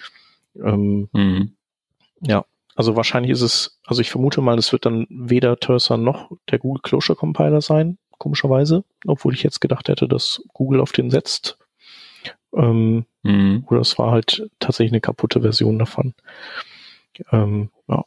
Ähm, mhm. Ja, also wahrscheinlich ist es, also ich vermute mal, es wird dann weder Tersa noch der Google Closure Compiler sein, komischerweise, obwohl ich jetzt gedacht hätte, dass Google auf den setzt. Ähm, mhm. Oder es war halt tatsächlich eine kaputte Version davon. Ähm, ja,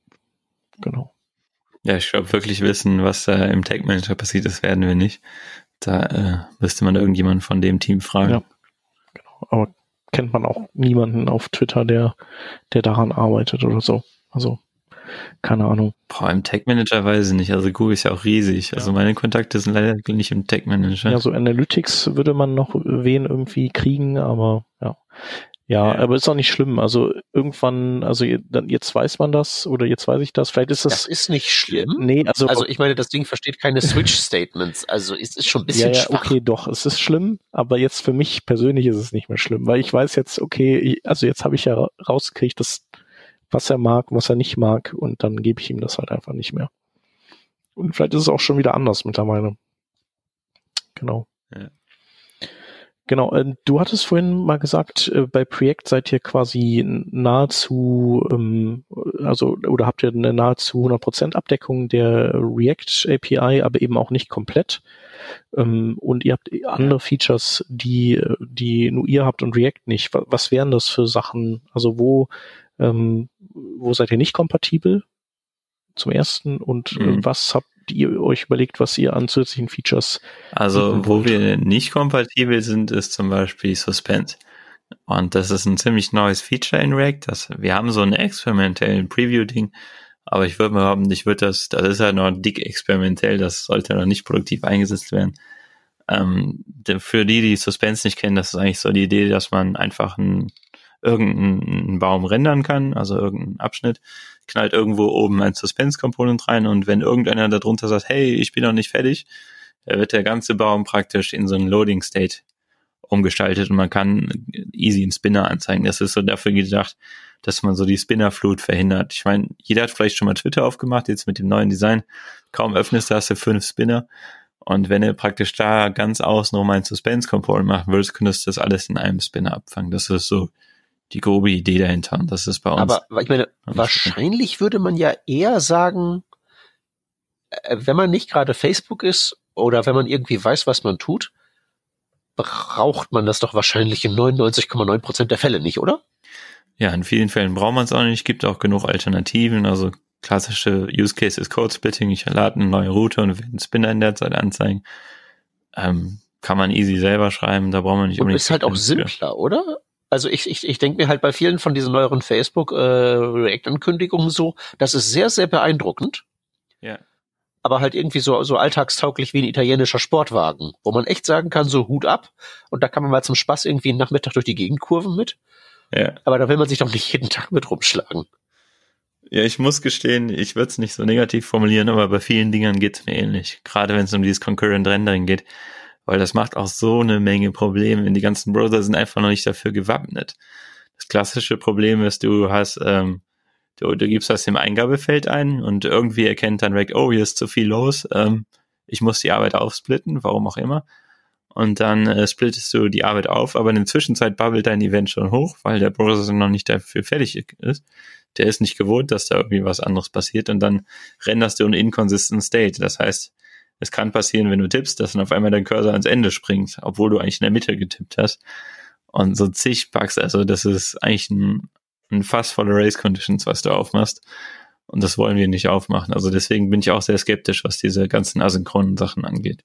genau. Ja, ich glaube, wirklich wissen, was da im Tag Manager passiert ist, werden wir nicht. Da äh, müsste man irgendjemanden von dem Team fragen. Ja, genau. Aber kennt man auch niemanden auf Twitter, der, der daran arbeitet oder so. Also, keine Ahnung. Boah, im Tag Manager weiß ich nicht. Also Google ist ja auch riesig. Ja. Also meine Kontakte sind leider nicht im Tag Manager. Ja, so Analytics würde man noch wen irgendwie kriegen, aber ja. Ja, ja, aber ist auch nicht schlimm. Also irgendwann, also jetzt weiß man das oder jetzt weiß ich das. Vielleicht ist das. Das ist nicht schlimm. Nee, also. Also ich meine, das Ding versteht keine Switch-Statements. Also es ist schon ein bisschen ja, ja, schwach. Okay, doch, es ist schlimm. Aber jetzt für mich persönlich ist es nicht mehr schlimm, weil ich weiß jetzt, okay, ich, also jetzt habe ich ja rausgekriegt, dass was er mag, was er nicht mag, und dann gebe ich ihm das halt einfach nicht mehr. Und vielleicht ist es auch schon wieder anders mittlerweile. Genau. Ja. Genau, äh, du hattest vorhin mal gesagt, äh, bei Preact seid ihr quasi nahezu, ähm, also oder habt ihr eine nahezu hundert Prozent Abdeckung der React A P I, aber eben auch nicht komplett. Ähm, und ihr habt andere Features, die die nur ihr habt und React nicht. Was, was wären das für Sachen? Also wo ähm, wo seid ihr nicht kompatibel? Zum ersten, und mhm. äh, was habt ihr euch überlegt, was ihr an zusätzlichen Features Also wo wir nicht kompatibel sind, ist zum Beispiel Suspense. Und das ist ein ziemlich neues Feature in React. Das, wir haben so ein experimentellen Preview-Ding, aber ich würde mal behaupten, ich würde das, das ist halt noch dick experimentell, das sollte noch nicht produktiv eingesetzt werden. Ähm, für die, die Suspense nicht kennen, das ist eigentlich so die Idee, dass man einfach ein, irgendeinen Baum rendern kann, also irgendeinen Abschnitt, knallt irgendwo oben ein Suspense-Component rein, und wenn irgendeiner da drunter sagt, hey, ich bin noch nicht fertig, wird der ganze Baum praktisch in so einen Loading-State umgestaltet und man kann easy einen Spinner anzeigen. Das ist so dafür gedacht, dass man so die Spinner-Flut verhindert. Ich meine, jeder hat vielleicht schon mal Twitter aufgemacht, jetzt mit dem neuen Design. Kaum öffnest du, hast du fünf Spinner. Und wenn du praktisch da ganz außen rum ein Suspense-Component machen würdest, könntest du das alles in einem Spinner abfangen. Das ist so die grobe Idee dahinter. Und das ist bei uns. Aber ich meine, wahrscheinlich würde man ja eher sagen, wenn man nicht gerade Facebook ist oder wenn man irgendwie weiß, was man tut, braucht man das doch wahrscheinlich in neunundneunzig Komma neun Prozent der Fälle nicht, oder? Ja, in vielen Fällen braucht man es auch nicht. Es gibt auch genug Alternativen. Also klassische Use Case ist Code Splitting. Ich lade eine neue Route und will einen Spinner in der Zeit anzeigen. Ähm, kann man easy selber schreiben. Da braucht man nicht und unbedingt. Und ist halt auch simpler, für. Oder? Also ich, ich, ich denke mir halt bei vielen von diesen neueren Facebook-React-Ankündigungen äh, so, das ist sehr, sehr beeindruckend. Ja. Aber halt irgendwie so, so alltagstauglich wie ein italienischer Sportwagen, wo man echt sagen kann, so Hut ab, und da kann man mal zum Spaß irgendwie einen Nachmittag durch die Gegend kurven mit. Ja. Aber da will man sich doch nicht jeden Tag mit rumschlagen. Ja, ich muss gestehen, ich würde es nicht so negativ formulieren, aber bei vielen Dingern geht es mir ähnlich. Gerade wenn es um dieses Concurrent Rendering geht. Weil das macht auch so eine Menge Probleme. Die ganzen Browser sind einfach noch nicht dafür gewappnet. Das klassische Problem ist, du hast, ähm, du, du gibst das im Eingabefeld ein und irgendwie erkennt dann React, oh, hier ist zu viel los, ähm, ich muss die Arbeit aufsplitten, warum auch immer. Und dann äh, splittest du die Arbeit auf, aber in der Zwischenzeit bubbelt dein Event schon hoch, weil der Browser noch nicht dafür fertig ist. Der ist nicht gewohnt, dass da irgendwie was anderes passiert, und dann renderst du einen inconsistent State. Das heißt, es kann passieren, wenn du tippst, dass dann auf einmal dein Cursor ans Ende springt, obwohl du eigentlich in der Mitte getippt hast. Und so zig Bugs, also das ist eigentlich ein, ein Fass voller Race Conditions, was du aufmachst. Und das wollen wir nicht aufmachen. Also deswegen bin ich auch sehr skeptisch, was diese ganzen asynchronen Sachen angeht.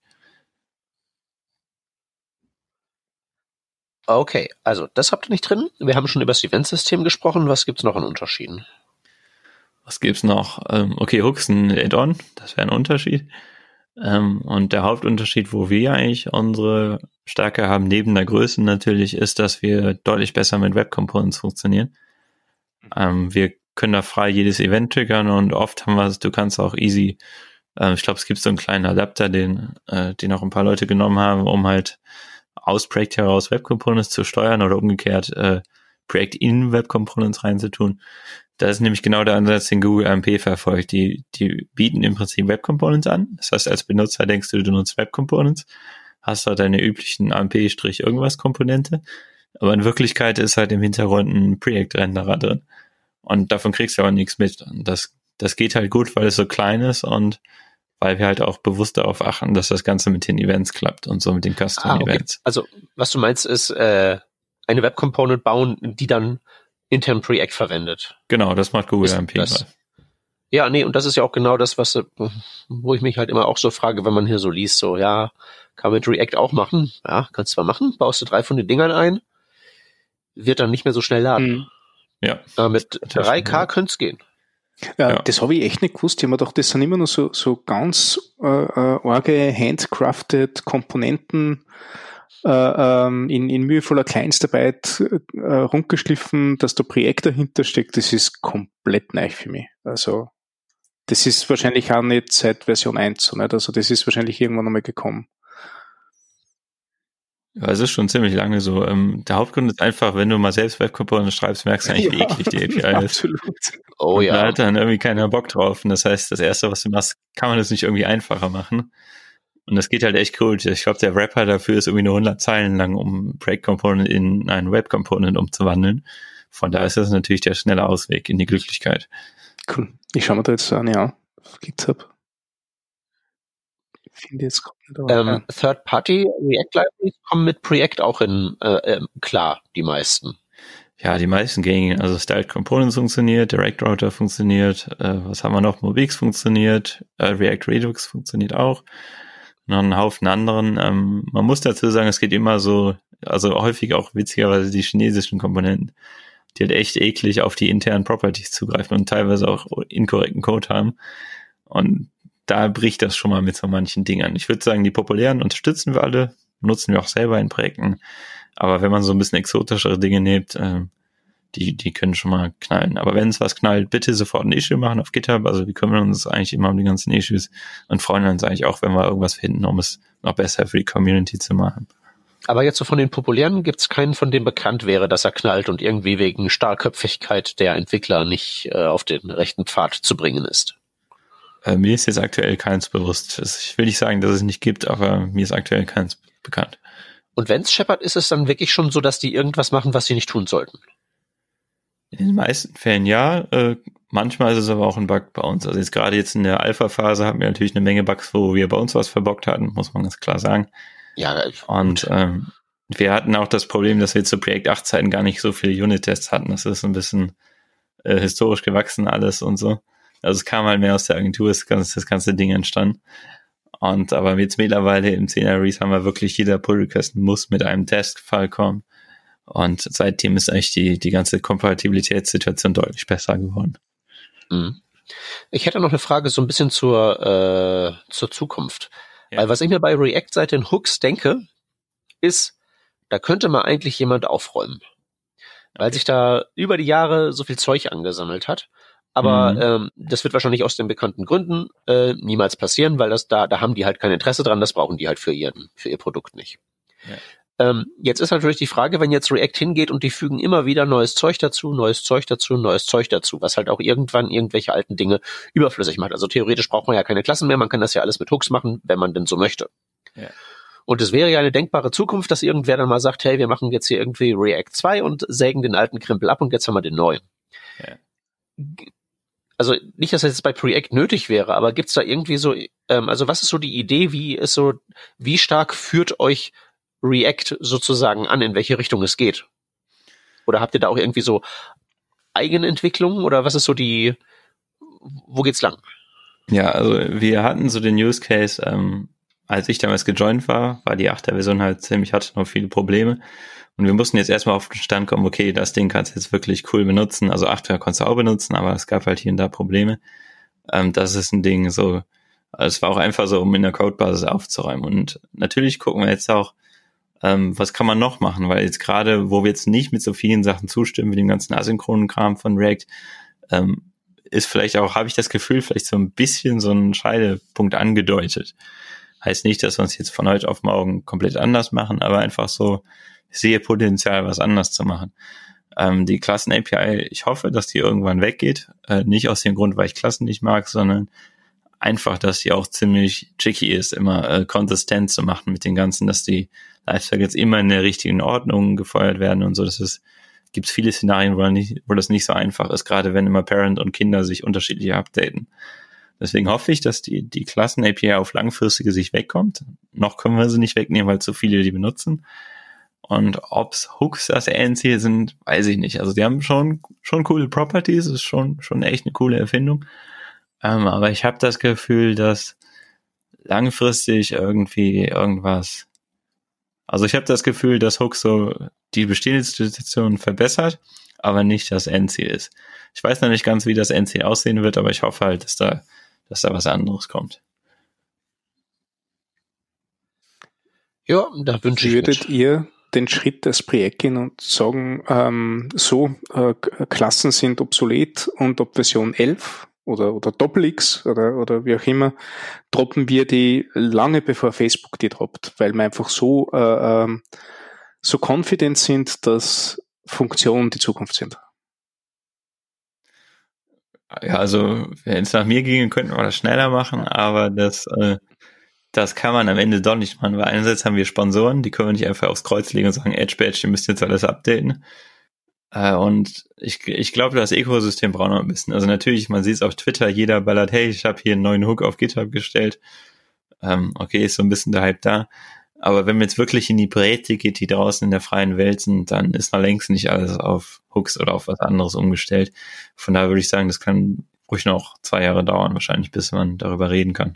Okay, also das habt ihr nicht drin. Wir haben schon über das Eventsystem gesprochen. Was gibt's noch an Unterschieden? Was gibt's noch? Ähm, okay, Hooks ein Add-on, das wäre ein Unterschied. Ähm, und der Hauptunterschied, wo wir eigentlich unsere Stärke haben, neben der Größe natürlich, ist, dass wir deutlich besser mit Web Components funktionieren. Ähm, wir können da frei jedes Event triggern, und oft haben wir es, du kannst auch easy Ähm, ich glaube, es gibt so einen kleinen Adapter, den, äh, den auch ein paar Leute genommen haben, um halt aus Preact heraus Web Components zu steuern oder umgekehrt äh, Preact in Web Components reinzutun. Das ist nämlich genau der Ansatz, den Google A M P verfolgt. Die, die bieten im Prinzip Web Components an. Das heißt, als Benutzer denkst du, du nutzt Web Components, hast da deine üblichen A M P-Irgendwas-Komponente, aber in Wirklichkeit ist halt im Hintergrund ein Preact-Renderer drin. Und davon kriegst du aber nichts mit. Und das, das geht halt gut, weil es so klein ist und weil wir halt auch bewusst darauf achten, dass das Ganze mit den Events klappt und so mit den Custom-Events. Ah, okay. Also, was du meinst, ist äh, eine Web-Component bauen, die dann intern Preact verwendet. Genau, das macht Google A M P. Das, ja, nee, und das ist ja auch genau das, was wo ich mich halt immer auch so frage, wenn man hier so liest, so, ja, kann man mit React auch machen. Ja, kannst du zwar machen, baust du drei von den Dingern ein, wird dann nicht mehr so schnell laden. Mhm. Ja. Aber mit drei K könnte es gehen. Ja, Ja. Das habe ich echt nicht gewusst. Ich habe mir gedacht, das sind immer nur so, so ganz äh, äh, arge, handcrafted Komponenten äh, ähm, in, in mühevoller Kleinstarbeit äh, rundgeschliffen, dass da Projekt dahinter steckt. Das ist komplett neu für mich. Also das ist wahrscheinlich auch nicht seit Version eins so, nicht? Also das ist wahrscheinlich irgendwann einmal gekommen. Ja, es ist schon ziemlich lange so. Ähm, der Hauptgrund ist einfach, wenn du mal selbst Web-Components schreibst, merkst du eigentlich, wie eklig die A P I ist. Absolut. Oh Und ja. da hat dann irgendwie keiner Bock drauf. Und das heißt, das Erste, was du machst, kann man das nicht irgendwie einfacher machen. Und das geht halt echt gut. Ich glaube, der Wrapper dafür ist irgendwie nur hundert Zeilen lang, um Break-Component in einen Web-Component umzuwandeln. Von daher ist das natürlich der schnelle Ausweg in die Glücklichkeit. Cool. Ich schaue mir da jetzt an, ja, auf GitHub. Ich finde jetzt gerade nicht, aber, Ähm, ja. Third-Party React-Libraries kommen mit Preact auch in äh, äh, klar, die meisten. Ja, die meisten gängigen, also Styled Components funktioniert, Direct Router funktioniert, äh, was haben wir noch? Mobix funktioniert, äh, React Redux funktioniert auch, noch einen Haufen anderen. Ähm, man muss dazu sagen, es geht immer so, also häufig auch witzigerweise die chinesischen Komponenten, die halt echt eklig auf die internen Properties zugreifen und teilweise auch inkorrekten Code haben. Und da bricht das schon mal mit so manchen Dingern. Ich würde sagen, die populären unterstützen wir alle, nutzen wir auch selber in Projekten. Aber wenn man so ein bisschen exotischere Dinge nimmt, äh, die, die können schon mal knallen. Aber wenn es was knallt, bitte sofort ein Issue machen auf GitHub. Also wir kümmern uns eigentlich immer um die ganzen Issues und freuen uns eigentlich auch, wenn wir irgendwas finden, um es noch besser für die Community zu machen. Aber jetzt so von den populären gibt's keinen, von dem bekannt wäre, dass er knallt und irgendwie wegen Starrköpfigkeit der Entwickler nicht äh, auf den rechten Pfad zu bringen ist. Äh, mir ist jetzt aktuell keins bewusst. Ich will nicht sagen, dass es nicht gibt, aber mir ist aktuell keins bekannt. Und wenn's scheppert, ist es dann wirklich schon so, dass die irgendwas machen, was sie nicht tun sollten? In den meisten Fällen ja. Äh, manchmal ist es aber auch ein Bug bei uns. Also jetzt gerade jetzt in der Alpha-Phase hatten wir natürlich eine Menge Bugs, wo wir bei uns was verbockt hatten, muss man ganz klar sagen. Ja. Und ähm, wir hatten auch das Problem, dass wir zu Projekt acht Zeiten gar nicht so viele Unit-Tests hatten. Das ist ein bisschen äh, historisch gewachsen alles und so. Also es kam halt mehr aus der Agentur, ist das, das ganze Ding entstanden. Und aber jetzt mittlerweile im zehner Release haben wir wirklich, jeder Pull-Request muss mit einem Test-Fall kommen. Und seitdem ist eigentlich die, die ganze Kompatibilitätssituation deutlich besser geworden. Mhm. Ich hätte noch eine Frage so ein bisschen zur, äh, zur Zukunft. Ja. Weil was ich mir bei React seit den Hooks denke, ist, da könnte mal eigentlich jemand aufräumen. Weil Okay. sich da über die Jahre so viel Zeug angesammelt hat. Aber Mhm. ähm, das wird wahrscheinlich aus den bekannten Gründen äh, niemals passieren, weil das da, da haben die halt kein Interesse dran, das brauchen die halt für ihren, für ihr Produkt nicht. Ja. Ähm, jetzt ist natürlich die Frage, wenn jetzt React hingeht und die fügen immer wieder neues Zeug dazu, neues Zeug dazu, neues Zeug dazu, was halt auch irgendwann irgendwelche alten Dinge überflüssig macht. Also theoretisch braucht man ja keine Klassen mehr, man kann das ja alles mit Hooks machen, wenn man denn so möchte. Ja. Und es wäre ja eine denkbare Zukunft, dass irgendwer dann mal sagt, hey, wir machen jetzt hier irgendwie React zwei und sägen den alten Krempel ab und jetzt haben wir den neuen. Ja. Also nicht, dass das jetzt bei Preact nötig wäre, aber gibt's da irgendwie so, ähm, also was ist so die Idee, wie ist so, wie stark führt euch React sozusagen an, in welche Richtung es geht? Oder habt ihr da auch irgendwie so Eigenentwicklungen oder was ist so die, wo geht's lang? Ja, also wir hatten so den Use Case, ähm, als ich damals gejoint war, war die achter Version halt ziemlich, hatte noch viele Probleme. Und wir mussten jetzt erstmal auf den Stand kommen, okay, das Ding kannst du jetzt wirklich cool benutzen. Also acht konntest du auch benutzen, aber es gab halt hier und da Probleme. Ähm, das ist ein Ding so, also es war auch einfach so, um in der Codebasis aufzuräumen. Und natürlich gucken wir jetzt auch, ähm, was kann man noch machen, weil jetzt gerade, wo wir jetzt nicht mit so vielen Sachen zustimmen, wie dem ganzen asynchronen Kram von React, ähm, ist vielleicht auch, habe ich das Gefühl, vielleicht so ein bisschen so ein Scheidepunkt angedeutet. Heißt nicht, dass wir uns jetzt von heute auf morgen komplett anders machen, aber einfach so, ich sehe Potenzial, was anders zu machen. Ähm, die Klassen-A P I, ich hoffe, dass die irgendwann weggeht. Äh, nicht aus dem Grund, weil ich Klassen nicht mag, sondern einfach, dass die auch ziemlich tricky ist, immer äh, konsistent zu machen mit den ganzen, dass die Lifecycles immer in der richtigen Ordnung gefeuert werden und so. Das ist, gibt es viele Szenarien, wo, nicht, wo das nicht so einfach ist, gerade wenn immer Parent und Kinder sich unterschiedlich updaten. Deswegen hoffe ich, dass die, die Klassen-A P I auf langfristige Sicht wegkommt. Noch können wir sie nicht wegnehmen, weil zu viele die benutzen. Und ob's Hooks das Endziel sind, weiß ich nicht. Also die haben schon schon coole Properties, ist schon schon echt eine coole Erfindung. Ähm, aber ich habe das Gefühl, dass langfristig irgendwie irgendwas... Also ich habe das Gefühl, dass Hooks so die bestehende Situation verbessert, aber nicht das Endziel ist. Ich weiß noch nicht ganz, wie das Endziel aussehen wird, aber ich hoffe halt, dass da dass da was anderes kommt. Ja, da wünsche ich Würdet mit. ihr den Schritt als Projekt gehen und sagen, ähm, so, äh, Klassen sind obsolet und ab Version elf oder, oder Doppel-X oder, oder wie auch immer, droppen wir die lange bevor Facebook die droppt, weil wir einfach so, äh, ähm, so confident sind, dass Funktionen die Zukunft sind. Ja, also wenn es nach mir ginge, könnten wir das schneller machen, aber das äh, das kann man am Ende doch nicht machen, weil einerseits haben wir Sponsoren, die können wir nicht einfach aufs Kreuz legen und sagen, Edge Badge, ihr müsst jetzt alles updaten. Äh, und ich ich glaube, das Ökosystem braucht noch ein bisschen. Also natürlich, man sieht es auf Twitter, jeder ballert, hey, ich habe hier einen neuen Hook auf GitHub gestellt. Ähm, okay, ist so ein bisschen der Hype da. Aber wenn man jetzt wirklich in die Breite geht, die draußen in der freien Welt sind, dann ist noch längst nicht alles auf Hooks oder auf was anderes umgestellt. Von daher würde ich sagen, das kann ruhig noch zwei Jahre dauern, wahrscheinlich, bis man darüber reden kann.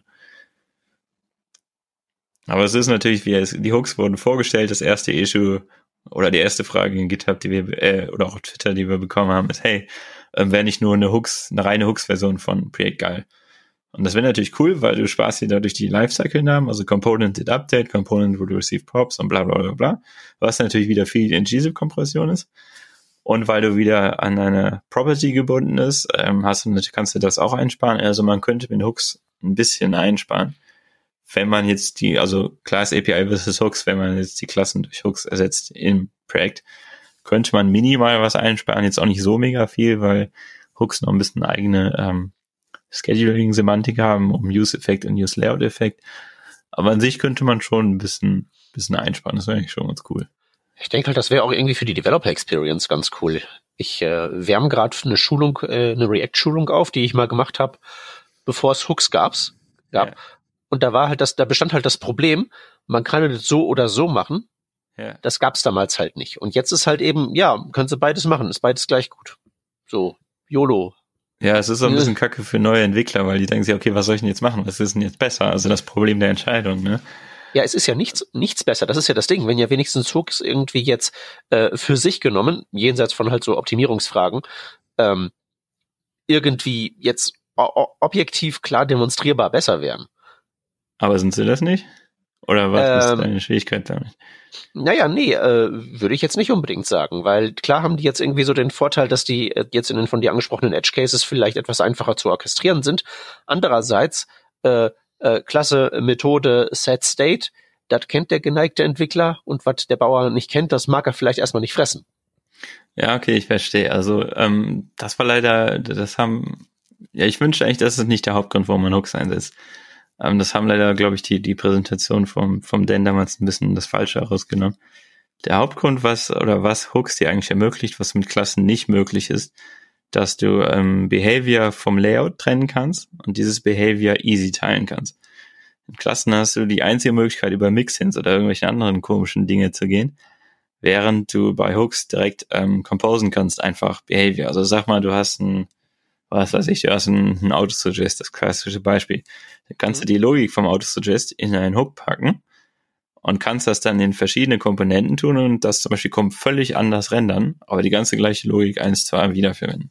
Aber es ist natürlich, wie es, die Hooks wurden vorgestellt, das erste Issue oder die erste Frage in GitHub, die wir, äh, oder auch Twitter, die wir bekommen haben, ist, hey, äh, wäre nicht nur eine Hooks, eine reine Hooks-Version von Projekt geil. Und das wäre natürlich cool, weil du sparst dir dadurch die Lifecycle-Namen, also Component did update, Component would receive props und bla bla bla bla, was natürlich wieder viel in G-Zip-Kompression ist. Und weil du wieder an eine Property gebunden ist, ähm, hast du, kannst du das auch einsparen. Also man könnte mit Hooks ein bisschen einsparen. Wenn man jetzt die, also Class A P I versus Hooks, wenn man jetzt die Klassen durch Hooks ersetzt im Projekt, könnte man minimal was einsparen, jetzt auch nicht so mega viel, weil Hooks noch ein bisschen eigene ähm, Scheduling-Semantik haben, um Use-Effekt und Use-Layout-Effekt. Aber an sich könnte man schon ein bisschen, bisschen einsparen, das wäre eigentlich schon ganz cool. Ich denke halt, das wäre auch irgendwie für die Developer-Experience ganz cool. Ich äh, wärme gerade eine Schulung, äh, eine React-Schulung auf, die ich mal gemacht habe, bevor es Hooks gab's, gab. Ja. Und da war halt das, da bestand halt das Problem, man kann das so oder so machen. Ja. Das gab's damals halt nicht. Und jetzt ist halt eben, ja, können sie beides machen, ist beides gleich gut. So, YOLO. Ja, es ist so ein bisschen Kacke für neue Entwickler, weil die denken sich, okay, was soll ich denn jetzt machen? Was ist denn jetzt besser? Also das Problem der Entscheidung, ne? Ja, es ist ja nichts, nichts besser. Das ist ja das Ding. Wenn ja wenigstens Hooks irgendwie jetzt äh, für sich genommen, jenseits von halt so Optimierungsfragen, ähm, irgendwie jetzt o- objektiv klar demonstrierbar besser wären. Aber sind sie das nicht? Oder was ähm, ist deine Schwierigkeit damit? Naja, nee, äh, würde ich jetzt nicht unbedingt sagen, weil klar haben die jetzt irgendwie so den Vorteil, dass die äh, jetzt in den von dir angesprochenen Edge Cases vielleicht etwas einfacher zu orchestrieren sind. Andererseits, äh, äh, klasse Methode Set State, das kennt der geneigte Entwickler und was der Bauer nicht kennt, das mag er vielleicht erstmal nicht fressen. Ja, okay, ich verstehe. Also ähm, das war leider, das haben, ja, ich wünschte eigentlich, das ist nicht der Hauptgrund, warum man Hooks einsetzt. Ähm, das haben leider, glaube ich, die die Präsentation vom vom Dan damals ein bisschen das Falsche herausgenommen. Der Hauptgrund, was oder was Hooks dir eigentlich ermöglicht, was mit Klassen nicht möglich ist, dass du ähm, Behavior vom Layout trennen kannst und dieses Behavior easy teilen kannst. In Klassen hast du die einzige Möglichkeit, über Mixins oder irgendwelche anderen komischen Dinge zu gehen, während du bei Hooks direkt ähm, composen kannst, einfach Behavior. Also sag mal, du hast ein, was weiß ich, du hast ein, ein Autosuggest, das klassische Beispiel. Dann kannst mhm. du die Logik vom Autosuggest in einen Hook packen und kannst das dann in verschiedene Komponenten tun und das zum Beispiel kommt völlig anders rendern, aber die ganze gleiche Logik eins zu eins wiederverwenden.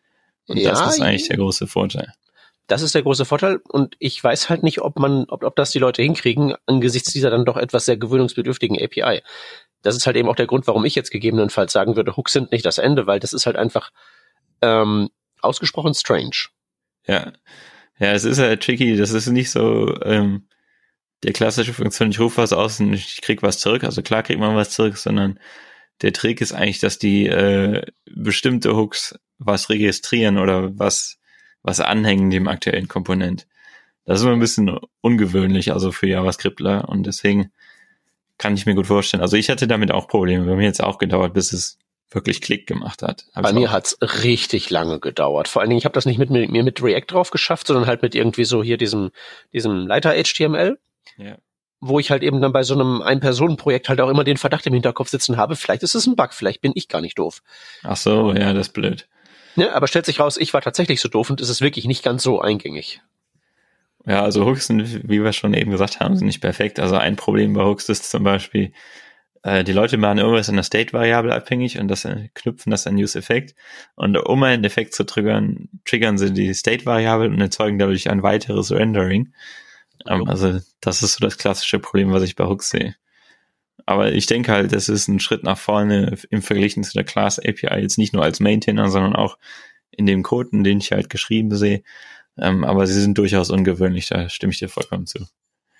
Und ja, das ist eigentlich der große Vorteil. Das ist der große Vorteil und ich weiß halt nicht, ob man, ob, ob das die Leute hinkriegen, angesichts dieser dann doch etwas sehr gewöhnungsbedürftigen A P I. Das ist halt eben auch der Grund, warum ich jetzt gegebenenfalls sagen würde, Hooks sind nicht das Ende, weil das ist halt einfach, ähm, ausgesprochen strange. Ja, ja, es ist halt tricky. Das ist nicht so ähm, der klassische Funktion, ich rufe was aus und ich krieg was zurück. Also klar kriegt man was zurück, sondern der Trick ist eigentlich, dass die äh, bestimmte Hooks was registrieren oder was was anhängen dem aktuellen Komponent. Das ist immer ein bisschen ungewöhnlich, also für JavaScriptler, und deswegen kann ich mir gut vorstellen. Also ich hatte damit auch Probleme. Bei mir hat es auch gedauert, bis es wirklich Klick gemacht hat. Hab Bei mir hat's richtig lange gedauert. Vor allen Dingen, ich habe das nicht mit mir mit React drauf geschafft, sondern halt mit irgendwie so hier diesem diesem Leiter-H T M L. Ja. Wo ich halt eben dann bei so einem Ein-Personen-Projekt halt auch immer den Verdacht im Hinterkopf sitzen habe, vielleicht ist es ein Bug, vielleicht bin ich gar nicht doof. Ach so, ja, das ist blöd. Ne, aber stellt sich raus, ich war tatsächlich so doof und es ist wirklich nicht ganz so eingängig. Ja, also Hooks sind, wie wir schon eben gesagt haben, sind nicht perfekt. Also ein Problem bei Hooks ist zum Beispiel, äh, die Leute machen irgendwas in der State-Variable abhängig und das äh, knüpfen das an Use-Effekt. Und um einen Effekt zu triggern, triggern sie die State-Variable und erzeugen dadurch ein weiteres Rendering. Ähm, also das ist so das klassische Problem, was ich bei Hooks sehe. Aber ich denke halt, das ist ein Schritt nach vorne im Vergleich zu der Class A P I, jetzt nicht nur als Maintainer, sondern auch in dem Code, in den ich halt geschrieben sehe. Ähm, aber sie sind durchaus ungewöhnlich, da stimme ich dir vollkommen zu.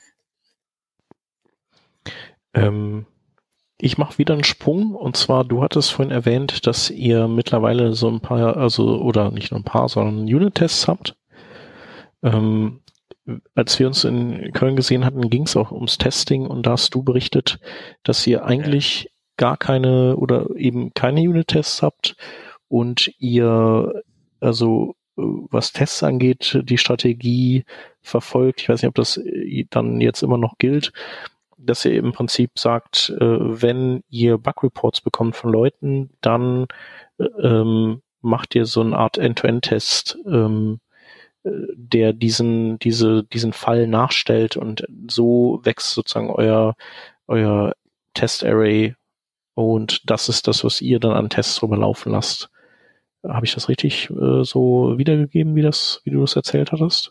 Ähm, ich mache wieder einen Sprung, und zwar, du hattest vorhin erwähnt, dass ihr mittlerweile so ein paar, also, oder nicht nur ein paar, sondern Unit-Tests habt. Ähm, als wir uns in Köln gesehen hatten, ging es auch ums Testing, und da hast du berichtet, dass ihr eigentlich ja. gar keine oder eben keine Unit-Tests habt und ihr, also was Tests angeht, die Strategie verfolgt. Ich weiß nicht, ob das dann jetzt immer noch gilt, dass ihr im Prinzip sagt, wenn ihr Bug-Reports bekommt von Leuten, dann ähm, macht ihr so eine Art End-to-End-Test, ähm, der diesen, diese, diesen Fall nachstellt, und so wächst sozusagen euer, euer Test-Array, und das ist das, was ihr dann an Tests drüber laufen lasst. Habe ich das richtig äh, so wiedergegeben, wie das, wie du das erzählt hattest?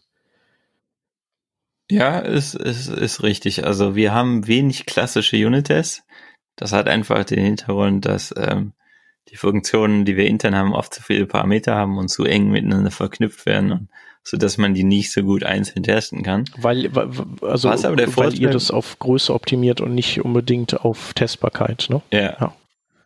Ja, es ist, ist, ist richtig. Also wir haben wenig klassische Unit-Tests. Das hat einfach den Hintergrund, dass ähm, die Funktionen, die wir intern haben, oft zu viele Parameter haben und zu eng miteinander verknüpft werden, und so dass man die nicht so gut einzeln testen kann. Weil, also, Was aber der weil Vorteil, ihr das auf Größe optimiert und nicht unbedingt auf Testbarkeit, ne? Ja. ja.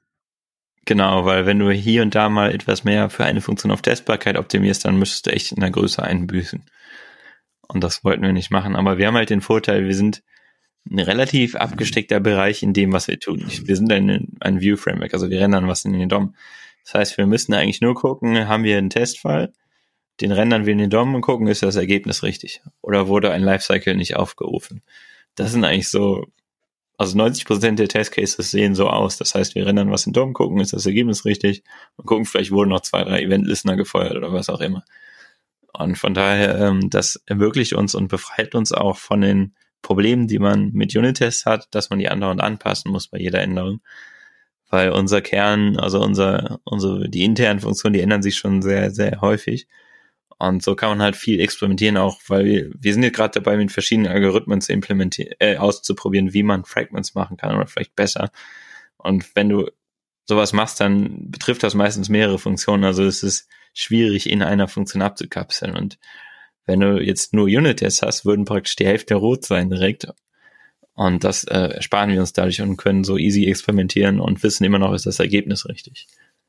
Genau, weil wenn du hier und da mal etwas mehr für eine Funktion auf Testbarkeit optimierst, dann müsstest du echt in der Größe einbüßen. Und das wollten wir nicht machen. Aber wir haben halt den Vorteil, wir sind ein relativ abgesteckter Bereich in dem, was wir tun. Wir sind ein, ein View-Framework, also wir rendern was in den D O M. Das heißt, wir müssen eigentlich nur gucken, haben wir einen Testfall, den rendern wir in den D O M und gucken, ist das Ergebnis richtig? Oder wurde ein Lifecycle nicht aufgerufen? Das sind eigentlich so, also neunzig Prozent der Testcases sehen so aus. Das heißt, wir rendern was in D O M, gucken, ist das Ergebnis richtig? Und gucken, vielleicht wurden noch zwei, drei Event-Listener gefeuert oder was auch immer. Und von daher, ähm, das ermöglicht uns und befreit uns auch von den Problemen, die man mit Unit-Tests hat, dass man die andauernd anpassen muss bei jeder Änderung. Weil unser Kern, also unser, unsere, die internen Funktionen, die ändern sich schon sehr, sehr häufig. Und so kann man halt viel experimentieren auch, weil wir, wir sind jetzt gerade dabei, mit verschiedenen Algorithmen zu implementieren, äh, auszuprobieren, wie man Fragments machen kann oder vielleicht besser. Und wenn du sowas machst, dann betrifft das meistens mehrere Funktionen. Also es ist schwierig, in einer Funktion abzukapseln. Und wenn du jetzt nur Unit-Tests hast, würden praktisch die Hälfte rot sein direkt. Und das äh, ersparen wir uns dadurch und können so easy experimentieren und wissen immer noch, ist das Ergebnis richtig.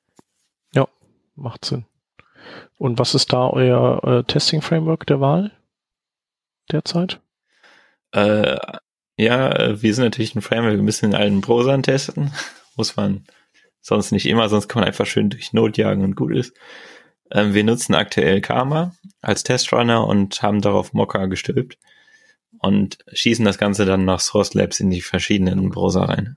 Ja, macht Sinn. Und was ist da euer äh, Testing-Framework der Wahl derzeit? Äh, ja, wir sind natürlich ein Framework, wir müssen in allen Browsern testen. Muss man sonst nicht immer, sonst kann man einfach schön durch Node jagen und gut ist. Ähm, wir nutzen aktuell Karma als Testrunner und haben darauf Mocha gestülpt und schießen das Ganze dann nach Source Labs in die verschiedenen Browser rein.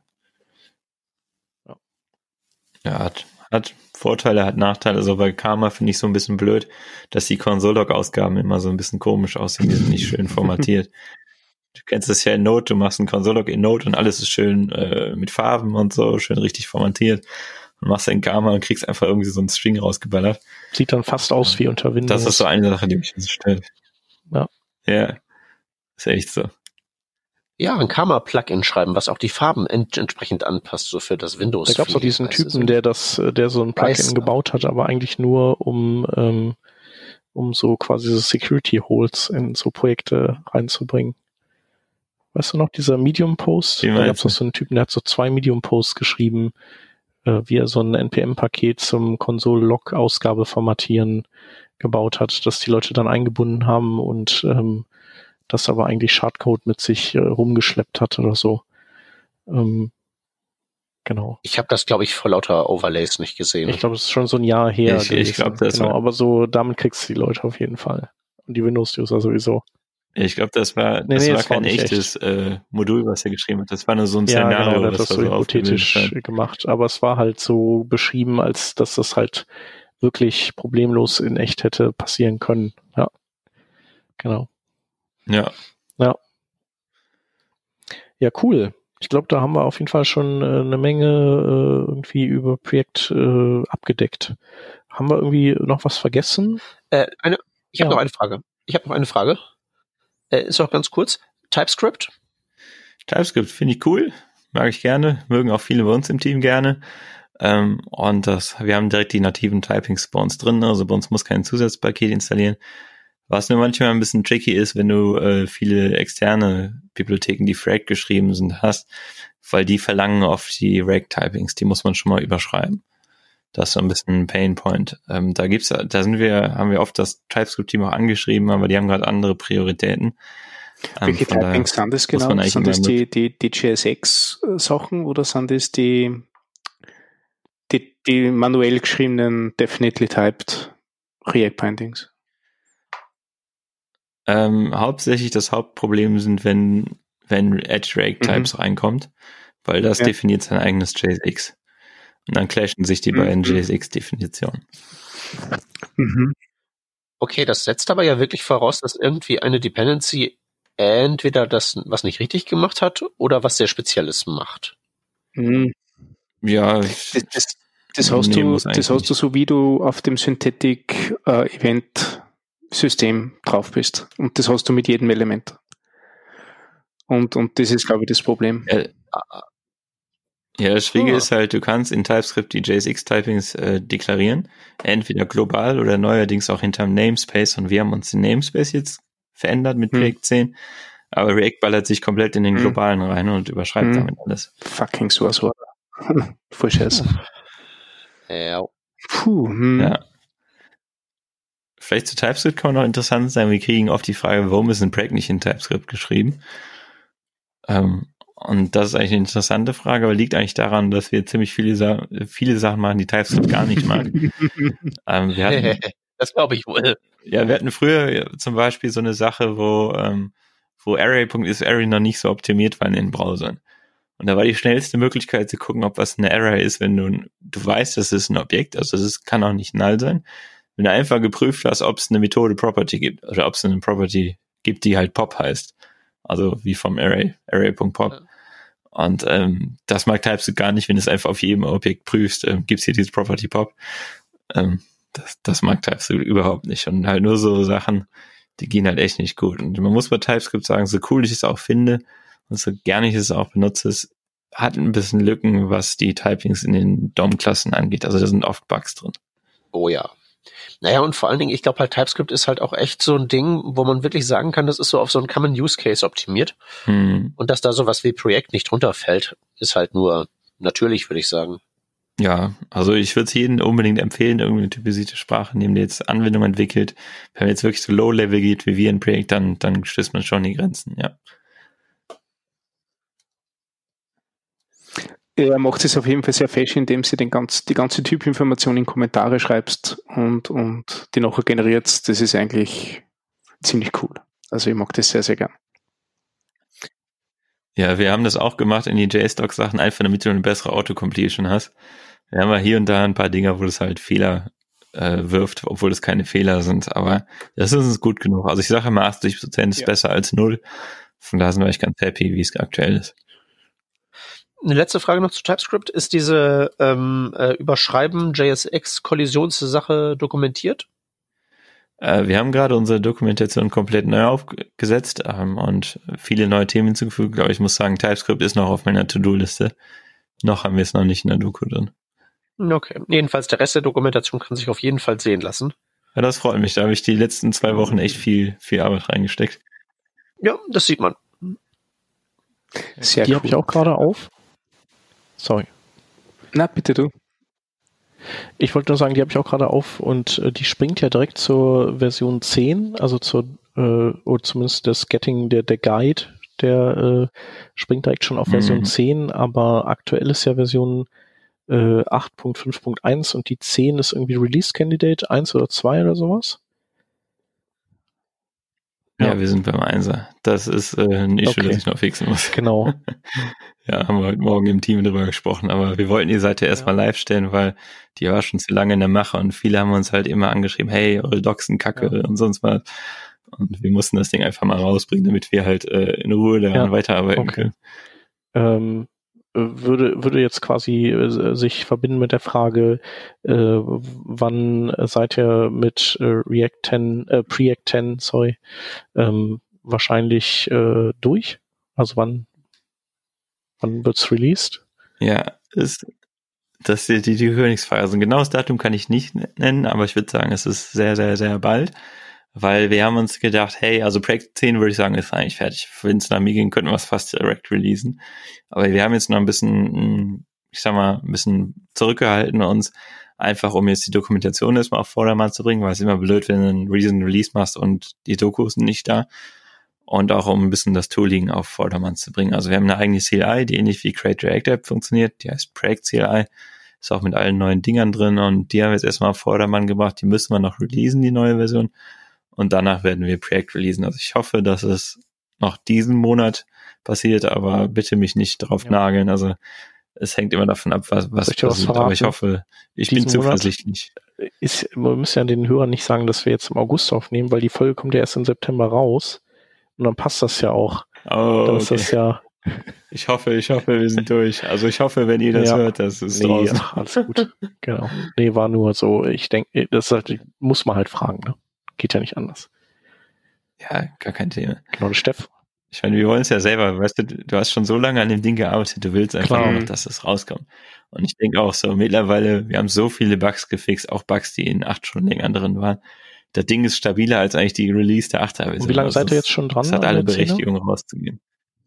Ja, ja hat, hat Vorteile, hat Nachteile. Also bei Karma finde ich so ein bisschen blöd, dass die Console-Log-Ausgaben immer so ein bisschen komisch aussehen. Die sind nicht schön formatiert. Du kennst das ja in Node, du machst einen Console-Log in Node und alles ist schön äh, mit Farben und so, schön richtig formatiert. Und machst einen Karma und kriegst einfach irgendwie so einen String rausgeballert. Sieht dann fast aus wie unter Windows. Das ist so eine Sache, die mich so stört. Ja. Ja, ist echt so. Ja, ein Karma-Plugin schreiben, was auch die Farben ent- entsprechend anpasst, so für das Windows. Da gab es auch diesen Typen, der das, der so ein Plugin Weiß. gebaut hat, aber eigentlich nur um, ähm, um so quasi so Security Holes in so Projekte reinzubringen. Weißt du noch, dieser Medium-Post? Da gab es auch so einen Typen, der hat so zwei Medium-Posts geschrieben, äh, wie er so ein N P M-Paket zum Console-Log-Ausgabe formatieren gebaut hat, das die Leute dann eingebunden haben und ähm, das aber eigentlich Schadcode mit sich äh, rumgeschleppt hat oder so. Ähm, genau. Ich habe das, glaube ich, vor lauter Overlays nicht gesehen. Ich glaube, es ist schon so ein Jahr her. Ich, ich glaube, das genau, war... aber so damit kriegst du die Leute auf jeden Fall. Und die Windows-User sowieso. Ich glaube, das war nee, das nee, war das kein war echtes echt. äh, Modul, was er geschrieben hat. Das war nur so ein ja, Szenario, genau, was das er so so hypothetisch gemacht. Aber es war halt so beschrieben, als dass das halt wirklich problemlos in echt hätte passieren können. Ja, genau. Ja. Ja. Ja, cool. Ich glaube, da haben wir auf jeden Fall schon äh, eine Menge äh, irgendwie über Projekt äh, abgedeckt. Haben wir irgendwie noch was vergessen? Äh, eine, ich habe ja. noch eine Frage. Ich habe noch eine Frage. Äh, ist auch ganz kurz. TypeScript? TypeScript finde ich cool. Mag ich gerne. Mögen auch viele bei uns im Team gerne. Ähm, und das, wir haben direkt die nativen Typings bei uns drin. Also bei uns muss kein Zusatzpaket installieren. Was nur manchmal ein bisschen tricky ist, wenn du äh, viele externe Bibliotheken, die für React geschrieben sind, hast, weil die verlangen oft die React-Typings, die muss man schon mal überschreiben. Das ist so ein bisschen ein Painpoint. Ähm, da gibt's, da sind wir, haben wir oft das TypeScript-Team auch angeschrieben, aber die haben gerade andere Prioritäten. Ähm, Welche Typings sind das genau? Sind das die, die, die J S X-Sachen oder sind das die, die, die manuell geschriebenen Definitely Typed React-Bindings? Ähm, hauptsächlich das Hauptproblem sind, wenn, wenn Edge React Types mhm. reinkommt, weil das ja. definiert sein eigenes J S X. Und dann clashen sich die mhm. beiden J S X-Definitionen. Mhm. Okay, das setzt aber ja wirklich voraus, dass irgendwie eine Dependency entweder das, was nicht richtig gemacht hat, oder was sehr Spezielles macht. Mhm. Ja, das, das, das, hast, nee, du, das hast du so, wie du auf dem Synthetic äh, Event System drauf bist. Und das hast du mit jedem Element. Und, und das ist, glaube ich, das Problem. Ja, ja das Schwierige oh. ist halt, du kannst in TypeScript die J S X-Typings äh, deklarieren, entweder global oder neuerdings auch hinterm Namespace. Und wir haben uns den Namespace jetzt verändert mit hm. React zehn. Aber React ballert sich komplett in den globalen hm. rein und überschreibt hm. damit alles. Fucking Source Order. Voll scheiße. Ja. Puh. Hm. Ja. Vielleicht zu TypeScript kann noch interessant sein, wir kriegen oft die Frage, warum ist ein Preg nicht in TypeScript geschrieben? Ähm, und das ist eigentlich eine interessante Frage, aber liegt eigentlich daran, dass wir ziemlich viele, Sa- viele Sachen machen, die TypeScript gar nicht mag. ähm, wir hatten, das glaube ich wohl. Ja, wir hatten früher zum Beispiel so eine Sache, wo, ähm, wo Array.isArray noch nicht so optimiert war in den Browsern. Und da war die schnellste Möglichkeit zu gucken, ob was eine Array ist, wenn du, du weißt, das ist ein Objekt, also es kann auch nicht null sein. Wenn du einfach geprüft hast, ob es eine Methode Property gibt, oder ob es eine Property gibt, die halt Pop heißt. Also wie vom Array, Array.pop. Ja. Und ähm, das mag TypeScript gar nicht, wenn du es einfach auf jedem Objekt prüfst, ähm, gibt es hier dieses Property Pop. Ähm, das, das mag TypeScript überhaupt nicht. Und halt nur so Sachen, die gehen halt echt nicht gut. Und man muss bei TypeScript sagen, so cool ich es auch finde und so gerne ich es auch benutze, es hat ein bisschen Lücken, was die Typings in den D O M-Klassen angeht. Also da sind oft Bugs drin. Oh ja. Naja, und vor allen Dingen, ich glaube halt, TypeScript ist halt auch echt so ein Ding, wo man wirklich sagen kann, das ist so auf so einen Common Use Case optimiert. Hm. Und dass da sowas wie Projekt nicht drunter fällt, ist halt nur natürlich, würde ich sagen. Ja, also ich würde es jedem unbedingt empfehlen, irgendwie eine typisierte Sprache nehmen, die jetzt Anwendungen entwickelt. Wenn man jetzt wirklich so Low-Level geht, wie wir in Projekt, dann, dann stößt man schon die Grenzen, ja. Er macht es auf jeden Fall sehr fest, indem sie den ganz, die ganze Typinformation in Kommentare schreibst und, und die nachher generiert. Das ist eigentlich ziemlich cool. Also ich mag das sehr, sehr gern. Ja, wir haben das auch gemacht in die J S-Doc-Sachen, einfach damit du eine bessere Autocompletion hast. Wir haben ja hier und da ein paar Dinger, wo das halt Fehler äh, wirft, obwohl das keine Fehler sind, aber das ist uns gut genug. Also ich sage immer, achtzig Prozent ist ja besser als null. Von da sind wir echt ganz happy, wie es aktuell ist. Eine letzte Frage noch zu TypeScript. Ist diese ähm, äh, Überschreiben J S X-Kollisionssache dokumentiert? Äh, wir haben gerade unsere Dokumentation komplett neu aufgesetzt ähm, und viele neue Themen hinzugefügt, aber ich muss sagen, TypeScript ist noch auf meiner To-Do-Liste. Noch haben wir es noch nicht in der Doku drin. Okay, jedenfalls der Rest der Dokumentation kann sich auf jeden Fall sehen lassen. Ja, das freut mich. Da habe ich die letzten zwei Wochen echt viel, viel Arbeit reingesteckt. Ja, das sieht man. Sehr die cool. Habe ich auch gerade auf. Sorry. Na, bitte du. Ich wollte nur sagen, die habe ich auch gerade auf und äh, die springt ja direkt zur Version zehn, also zur, äh, oder zumindest das Getting, der, der Guide, der äh, springt direkt schon auf Version mhm. zehn, aber aktuell ist ja Version äh, acht Punkt fünf Punkt eins und die zehn ist irgendwie Release Candidate eins oder zwei oder sowas. Ja, ja, wir sind beim Einser. Das ist äh, ein Issue, okay. das ich noch fixen muss. Genau. Ja, haben wir heute Morgen im Team drüber gesprochen, aber wir wollten die Seite erstmal ja. live stellen, weil die war schon zu lange in der Mache und viele haben uns halt immer angeschrieben, hey, eure Docs sind kacke ja. und sonst was. Und wir mussten das Ding einfach mal rausbringen, damit wir halt äh, in Ruhe daran ja. weiterarbeiten okay. können. Ähm, würde würde jetzt quasi äh, sich verbinden mit der Frage, äh, wann seid ihr mit äh, React zehn, äh, Preact zehn, sorry, ähm, wahrscheinlich äh, durch? Also wann wann wird's released? Ja, ist das ist die, die Königsfrage. Also ein genaues Datum kann ich nicht nennen, aber ich würde sagen, es ist sehr, sehr, sehr bald. Weil wir haben uns gedacht, hey, also Projekt zehn würde ich sagen, ist eigentlich fertig. Wenn es nach mir ging, könnten wir es fast direkt releasen. Aber wir haben jetzt noch ein bisschen, ich sag mal, ein bisschen zurückgehalten uns, einfach um jetzt die Dokumentation erstmal auf Vordermann zu bringen, weil es immer blöd, wenn du einen Recent Release machst und die Dokus sind nicht da. Und auch um ein bisschen das Tooling auf Vordermann zu bringen. Also wir haben eine eigene C L I, die ähnlich wie Create React App funktioniert. Die heißt Projekt C L I. Ist auch mit allen neuen Dingern drin und die haben wir jetzt erstmal auf Vordermann gebracht. Die müssen wir noch releasen, die neue Version. Und danach werden wir Projekt releasen. Also ich hoffe, dass es noch diesen Monat passiert, aber bitte mich nicht drauf ja. nageln. Also es hängt immer davon ab, was, was passiert. Was aber ich hoffe, ich diesen bin zuversichtlich. Ist, wir müssen ja den Hörern nicht sagen, dass wir jetzt im August aufnehmen, weil die Folge kommt ja erst im September raus. Und dann passt das ja auch. Oh, dann ist okay. das ja. Ich hoffe, ich hoffe, wir sind durch. Also ich hoffe, wenn ihr das ja. hört, das ist nee, draußen. Ach, alles gut. Genau. Nee, war nur so, ich denke, das halt, muss man halt fragen, ne? Geht ja nicht anders. Ja, gar kein Thema. Genau, Steff. Ich meine, wir wollen es ja selber, weißt du, du hast schon so lange an dem Ding gearbeitet, du willst einfach Klar. nur noch, dass es rauskommt. Und ich denke auch so, mittlerweile, wir haben so viele Bugs gefixt, auch Bugs, die in acht Stunden länger drin waren. Das Ding ist stabiler als eigentlich die Release der achter Version. Und wie lange seid ihr jetzt schon dran? Das hat alle Berechtigung rauszugehen.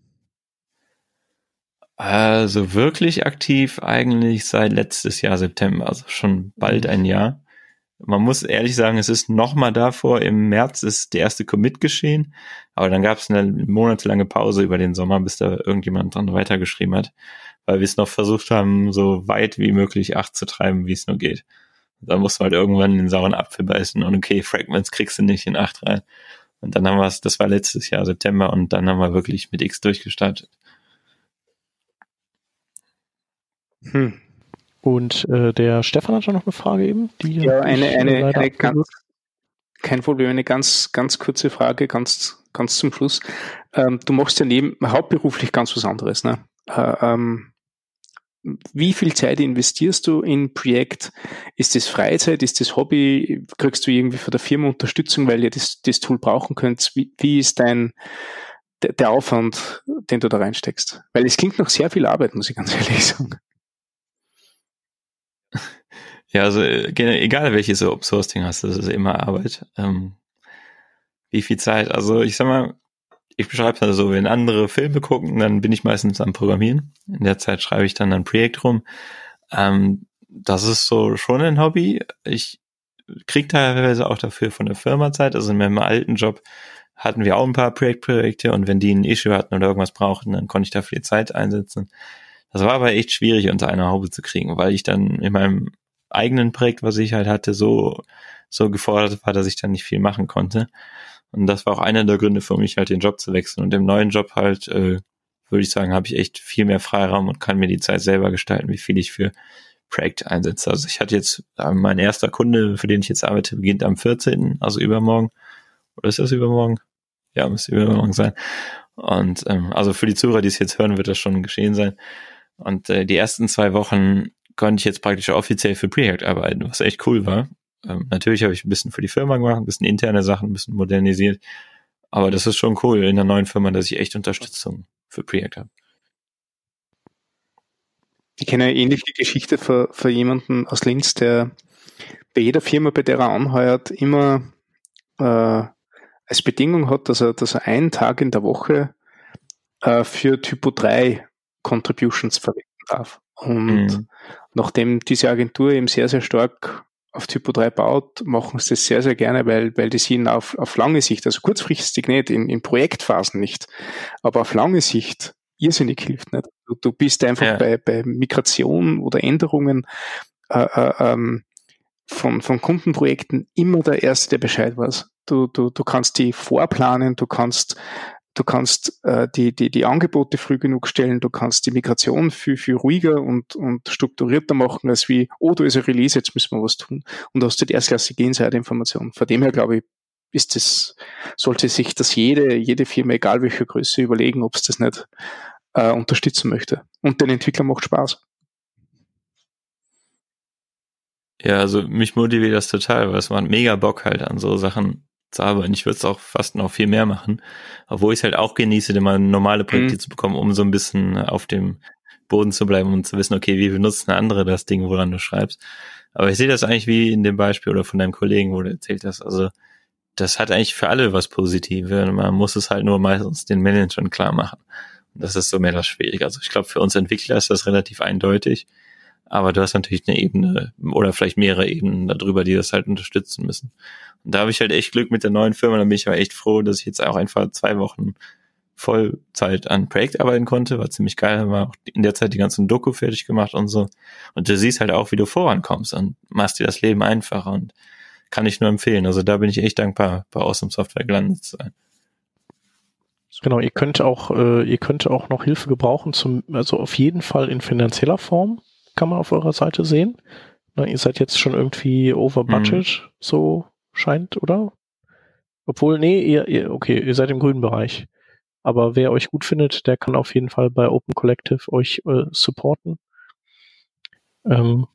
Also wirklich aktiv eigentlich seit letztes Jahr September, also schon bald ein Jahr. Man muss ehrlich sagen, es ist nochmal davor, im März ist der erste Commit geschehen, aber dann gab es eine monatelange Pause über den Sommer, bis da irgendjemand dran weitergeschrieben hat, weil wir es noch versucht haben, so weit wie möglich acht zu treiben, wie es nur geht. Und dann muss man halt irgendwann den sauren Apfel beißen und okay, Fragments kriegst du nicht in acht rein. Und dann haben wir es, das war letztes Jahr September und dann haben wir wirklich mit X durchgestartet. Hm. Und äh, der Stefan hat schon noch eine Frage eben. Die ja, eine, eine, eine ganz, kein Problem, eine ganz, ganz kurze Frage, ganz, ganz zum Schluss. Ähm, du machst ja neben hauptberuflich ganz was anderes, ne? Äh, ähm, wie viel Zeit investierst du in Projekt? Ist das Freizeit? Ist das Hobby? Kriegst du irgendwie von der Firma Unterstützung, weil ihr das, das Tool brauchen könnt? Wie, wie ist dein der, der Aufwand, den du da reinsteckst? Weil es klingt nach sehr viel Arbeit, muss ich ganz ehrlich sagen. Ja, also egal welches Open-Source-Ding hast, das ist immer Arbeit. Ähm, wie viel Zeit? Also ich sag mal, ich beschreibe es also so, wenn andere Filme gucken, dann bin ich meistens am Programmieren. In der Zeit schreibe ich dann ein Projekt rum. Ähm, das ist so schon ein Hobby. Ich kriege teilweise auch dafür von der Firma Zeit. Also in meinem alten Job hatten wir auch ein paar Projektprojekte und wenn die ein Issue hatten oder irgendwas brauchten, dann konnte ich dafür die Zeit einsetzen. Das war aber echt schwierig, unter einer Haube zu kriegen, weil ich dann in meinem eigenen Projekt, was ich halt hatte, so so gefordert war, dass ich dann nicht viel machen konnte. Und das war auch einer der Gründe für mich, halt den Job zu wechseln. Und im neuen Job halt, äh, würde ich sagen, habe ich echt viel mehr Freiraum und kann mir die Zeit selber gestalten, wie viel ich für Projekte einsetze. Also ich hatte jetzt, äh, mein erster Kunde, für den ich jetzt arbeite, beginnt am vierzehnten, also übermorgen. Oder ist das übermorgen? Ja, müsste übermorgen sein. Und ähm, also für die Zuhörer, die es jetzt hören, wird das schon geschehen sein. Und äh, die ersten zwei Wochen konnte ich jetzt praktisch offiziell für Preact arbeiten, was echt cool war. Ähm, natürlich habe ich ein bisschen für die Firma gemacht, ein bisschen interne Sachen, ein bisschen modernisiert. Aber das ist schon cool in der neuen Firma, dass ich echt Unterstützung für Preact habe. Ich kenne eine ähnliche Geschichte für, für jemanden aus Linz, der bei jeder Firma, bei der er anheuert, immer äh, als Bedingung hat, dass er, dass er einen Tag in der Woche äh, für Typo drei Contributions verwenden darf. Und mhm. nachdem diese Agentur eben sehr, sehr stark auf Typo drei baut, machen sie das sehr, sehr gerne, weil, weil die sehen auf, auf lange Sicht, also kurzfristig nicht, in, in Projektphasen nicht, aber auf lange Sicht irrsinnig hilft. Nicht? Du, du bist einfach ja. bei, bei Migration oder Änderungen äh, äh, ähm, von, von Kundenprojekten immer der Erste, der Bescheid weiß. Du, du, du kannst die vorplanen, du kannst Du kannst äh, die, die, die Angebote früh genug stellen, du kannst die Migration viel, viel ruhiger und, und strukturierter machen, als wie, oh, da ist ein Release, jetzt müssen wir was tun. Und du hast die erstklassige Insider-Information. Von dem her, glaube ich, ist das, sollte sich das jede, jede Firma, egal welche Größe, überlegen, ob es das nicht äh, unterstützen möchte. Und den Entwicklern macht Spaß. Ja, also mich motiviert das total, weil es macht mega Bock halt an so Sachen zu arbeiten. Ich würde es auch fast noch viel mehr machen, obwohl ich es halt auch genieße, immer normale Projekte mhm. zu bekommen, um so ein bisschen auf dem Boden zu bleiben und zu wissen, okay, wie benutzen andere das Ding, woran du schreibst. Aber ich sehe das eigentlich wie in dem Beispiel oder von deinem Kollegen, wo du erzählt hast. Also das hat eigentlich für alle was Positives. Man muss es halt nur meistens den Managern klar machen. Und das ist so mehr das Schwierige. Also ich glaube, für uns Entwickler ist das relativ eindeutig. Aber du hast natürlich eine Ebene oder vielleicht mehrere Ebenen darüber, die das halt unterstützen müssen. Und da habe ich halt echt Glück mit der neuen Firma. Da bin ich aber echt froh, dass ich jetzt auch einfach zwei Wochen Vollzeit an Projekt arbeiten konnte. War ziemlich geil. Haben wir auch in der Zeit die ganzen Doku fertig gemacht und so. Und du siehst halt auch, wie du vorankommst und machst dir das Leben einfacher und kann ich nur empfehlen. Also da bin ich echt dankbar, bei Awesome Software gelandet zu sein. Genau, ihr könnt auch, äh, ihr könnt auch noch Hilfe gebrauchen, zum, also auf jeden Fall in finanzieller Form. Kann man auf eurer Seite sehen. Na, ihr seid jetzt schon irgendwie over budget, mhm. so scheint, oder? Obwohl, nee, ihr, ihr, okay, ihr seid im grünen Bereich. Aber wer euch gut findet, der kann auf jeden Fall bei Open Collective euch äh, supporten. Ähm.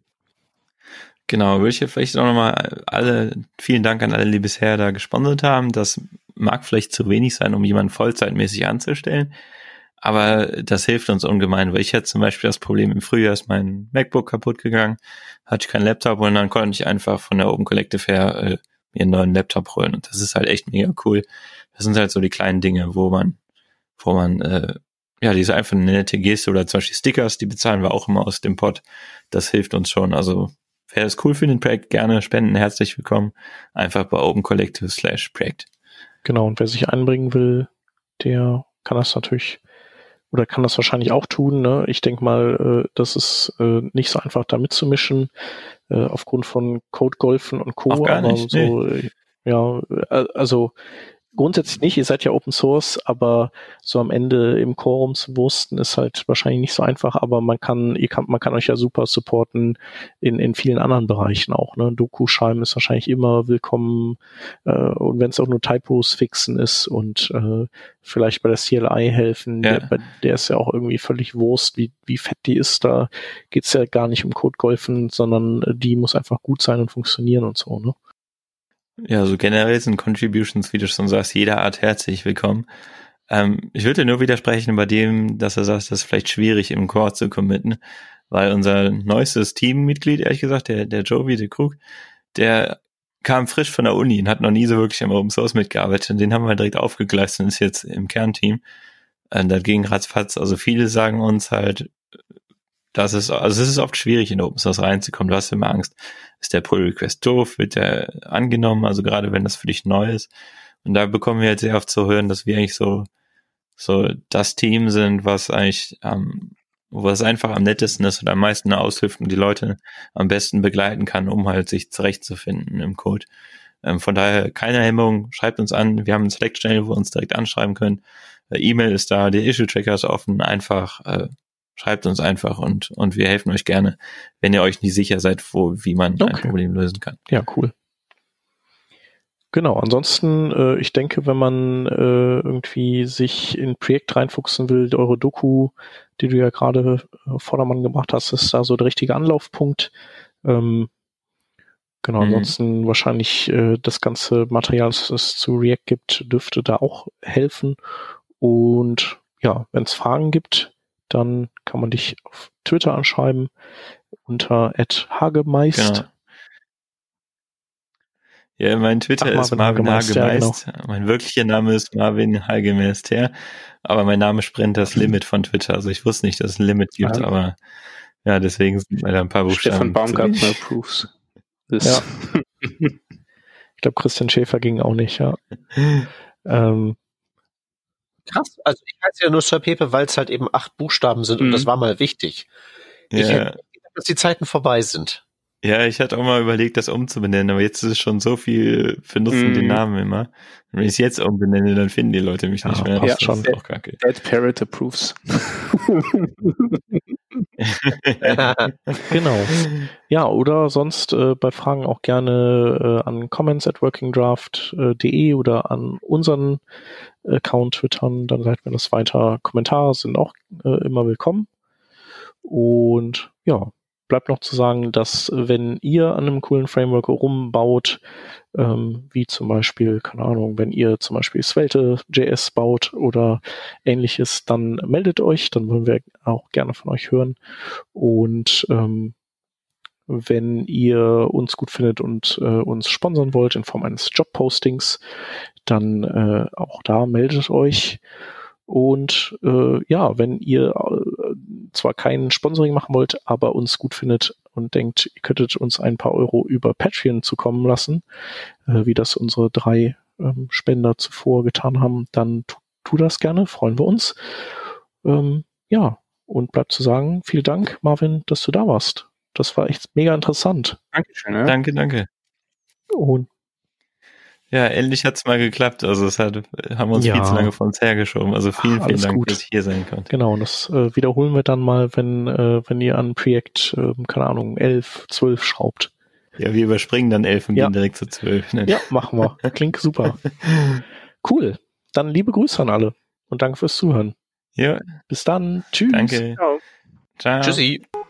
Genau, würde ich ja vielleicht auch nochmal alle, vielen Dank an alle, die bisher da gesponsert haben. Das mag vielleicht zu wenig sein, um jemanden vollzeitmäßig anzustellen. Aber das hilft uns ungemein, weil ich hatte zum Beispiel das Problem, im Frühjahr ist mein MacBook kaputt gegangen, hatte ich keinen Laptop und dann konnte ich einfach von der Open Collective her äh, mir einen neuen Laptop holen und das ist halt echt mega cool. Das sind halt so die kleinen Dinge, wo man, wo man, äh, ja, die ist einfach eine nette Geste oder zum Beispiel Stickers, die bezahlen wir auch immer aus dem Pod. Das hilft uns schon. Also wer es cool findet, Projekt, gerne spenden, herzlich willkommen. Einfach bei Open Collective slash Projekt. Genau, und wer sich einbringen will, der kann das natürlich oder kann das wahrscheinlich auch tun. Ne? Ich denke mal, äh, das ist äh, nicht so einfach da mitzumischen, äh, aufgrund von Codegolfen und Co. Auch gar nicht, aber so, nee. Ja, also grundsätzlich nicht, ihr seid ja Open Source, aber so am Ende im Quorum zu wursten ist halt wahrscheinlich nicht so einfach, aber man kann, ihr kann, man kann euch ja super supporten in, in vielen anderen Bereichen auch, ne? Doku schreiben ist wahrscheinlich immer willkommen, äh, und wenn es auch nur Typos fixen ist und äh, vielleicht bei der C L I helfen, ja. der, bei der ist ja auch irgendwie völlig Wurst, wie, wie fett die ist, da geht's ja gar nicht um Codegolfen, sondern die muss einfach gut sein und funktionieren und so, ne? Ja, so generell sind Contributions, wie du schon sagst, jeder Art herzlich willkommen. Ähm, ich würde nur widersprechen bei dem, dass er sagt, das ist vielleicht schwierig im Core zu committen, weil unser neuestes Teammitglied, ehrlich gesagt, der, der Jovi, der Krug, der kam frisch von der Uni und hat noch nie so wirklich am Open Source mitgearbeitet und den haben wir direkt aufgegleist und ist jetzt im Kernteam. Und das ging ratzfatz. Also viele sagen uns halt, das ist, also es ist oft schwierig, in Open Source reinzukommen. Du hast immer Angst, ist der Pull Request doof, wird der angenommen, also gerade wenn das für dich neu ist. Und da bekommen wir halt sehr oft zu hören, dass wir eigentlich so, so das Team sind, was eigentlich, ähm, wo es einfach am nettesten ist und am meisten aushilft und die Leute am besten begleiten kann, um halt sich zurechtzufinden im Code. Ähm, von daher keine Hemmung, schreibt uns an. Wir haben einen Slack-Channel, wo ihr uns direkt anschreiben könnt. Äh, E-Mail ist da, der Issue-Tracker ist offen, einfach, äh, schreibt uns einfach und und wir helfen euch gerne, wenn ihr euch nicht sicher seid, wo wie man okay. ein Problem lösen kann. Ja, cool. Genau, ansonsten, äh, ich denke, wenn man äh, irgendwie sich in ein Projekt reinfuchsen will, eure Doku, die du ja gerade äh, Vordermann gebracht hast, ist da so der richtige Anlaufpunkt. Ähm, Genau, Mhm. ansonsten wahrscheinlich äh, das ganze Material, das es zu React gibt, dürfte da auch helfen. Und ja, wenn es Fragen gibt, dann kann man dich auf Twitter anschreiben unter at hagemeist. Genau. Ja, mein Twitter Ach, ist Marvin Marvin Hagemeist, Hagemeist. Mein wirklicher Name ist Marvin Hagemeist, ja. Aber mein Name sprengt das Limit von Twitter. Also ich wusste nicht, dass es ein Limit gibt, Ja. aber ja, deswegen sind leider ein paar Stefan Buchstaben zu Baumgartner wenig. approves. Ja. Das Ich glaube, Christian Schäfer ging auch nicht, ja. ähm, Krass. Also ich heiße ja nur Sir Pepe, weil es halt eben acht Buchstaben sind und Mhm. das war mal wichtig. Ich Ja. hätte nicht gedacht, dass die Zeiten vorbei sind. Ja, ich hatte auch mal überlegt, das umzubenennen, aber jetzt ist es schon so viel, benutzen Mhm. den Namen immer. Und wenn ich es jetzt umbenenne, dann finden die Leute mich Ja, nicht mehr. passt Das schon. ist auch kacke. Dead Parrot approves. Genau. Ja, oder sonst äh, bei Fragen auch gerne äh, an comments at workingdraft punkt de oder an unseren Account twittern, dann leiten wir das weiter. Kommentare sind auch äh, immer willkommen. Und ja, bleibt noch zu sagen, dass wenn ihr an einem coolen Framework rumbaut, ähm, wie zum Beispiel, keine Ahnung, wenn ihr zum Beispiel Svelte.js baut oder ähnliches, dann meldet euch, dann wollen wir auch gerne von euch hören. Und ähm, wenn ihr uns gut findet und äh, uns sponsern wollt in Form eines Jobpostings, dann äh, auch da meldet euch. Und äh, ja, wenn ihr äh, zwar kein Sponsoring machen wollt, aber uns gut findet und denkt, ihr könntet uns ein paar Euro über Patreon zukommen lassen, äh, wie das unsere drei ähm, Spender zuvor getan haben, dann tu, tu das gerne, freuen wir uns. Ähm, ja, und bleibt zu sagen, vielen Dank, Marvin, dass du da warst. Das war echt mega interessant. Dankeschön. Ja. Danke, danke. Und Ja, endlich hat's mal geklappt. Also es hat, haben wir uns Ja. viel zu lange vor uns hergeschoben. Also vielen, Ach, vielen alles Dank, gut. dass ich hier sein konnte. genau, und das äh, wiederholen wir dann mal, wenn, äh, wenn ihr an Projekt, äh, keine Ahnung, elf, zwölf schraubt. Ja, wir überspringen dann elf und Ja. gehen direkt zu zwölf. Ne? Ja, machen wir. Klingt super. Cool. Dann liebe Grüße an alle und danke fürs Zuhören. Ja, Bis dann. Tschüss. danke. Ciao. Ciao. Tschüssi.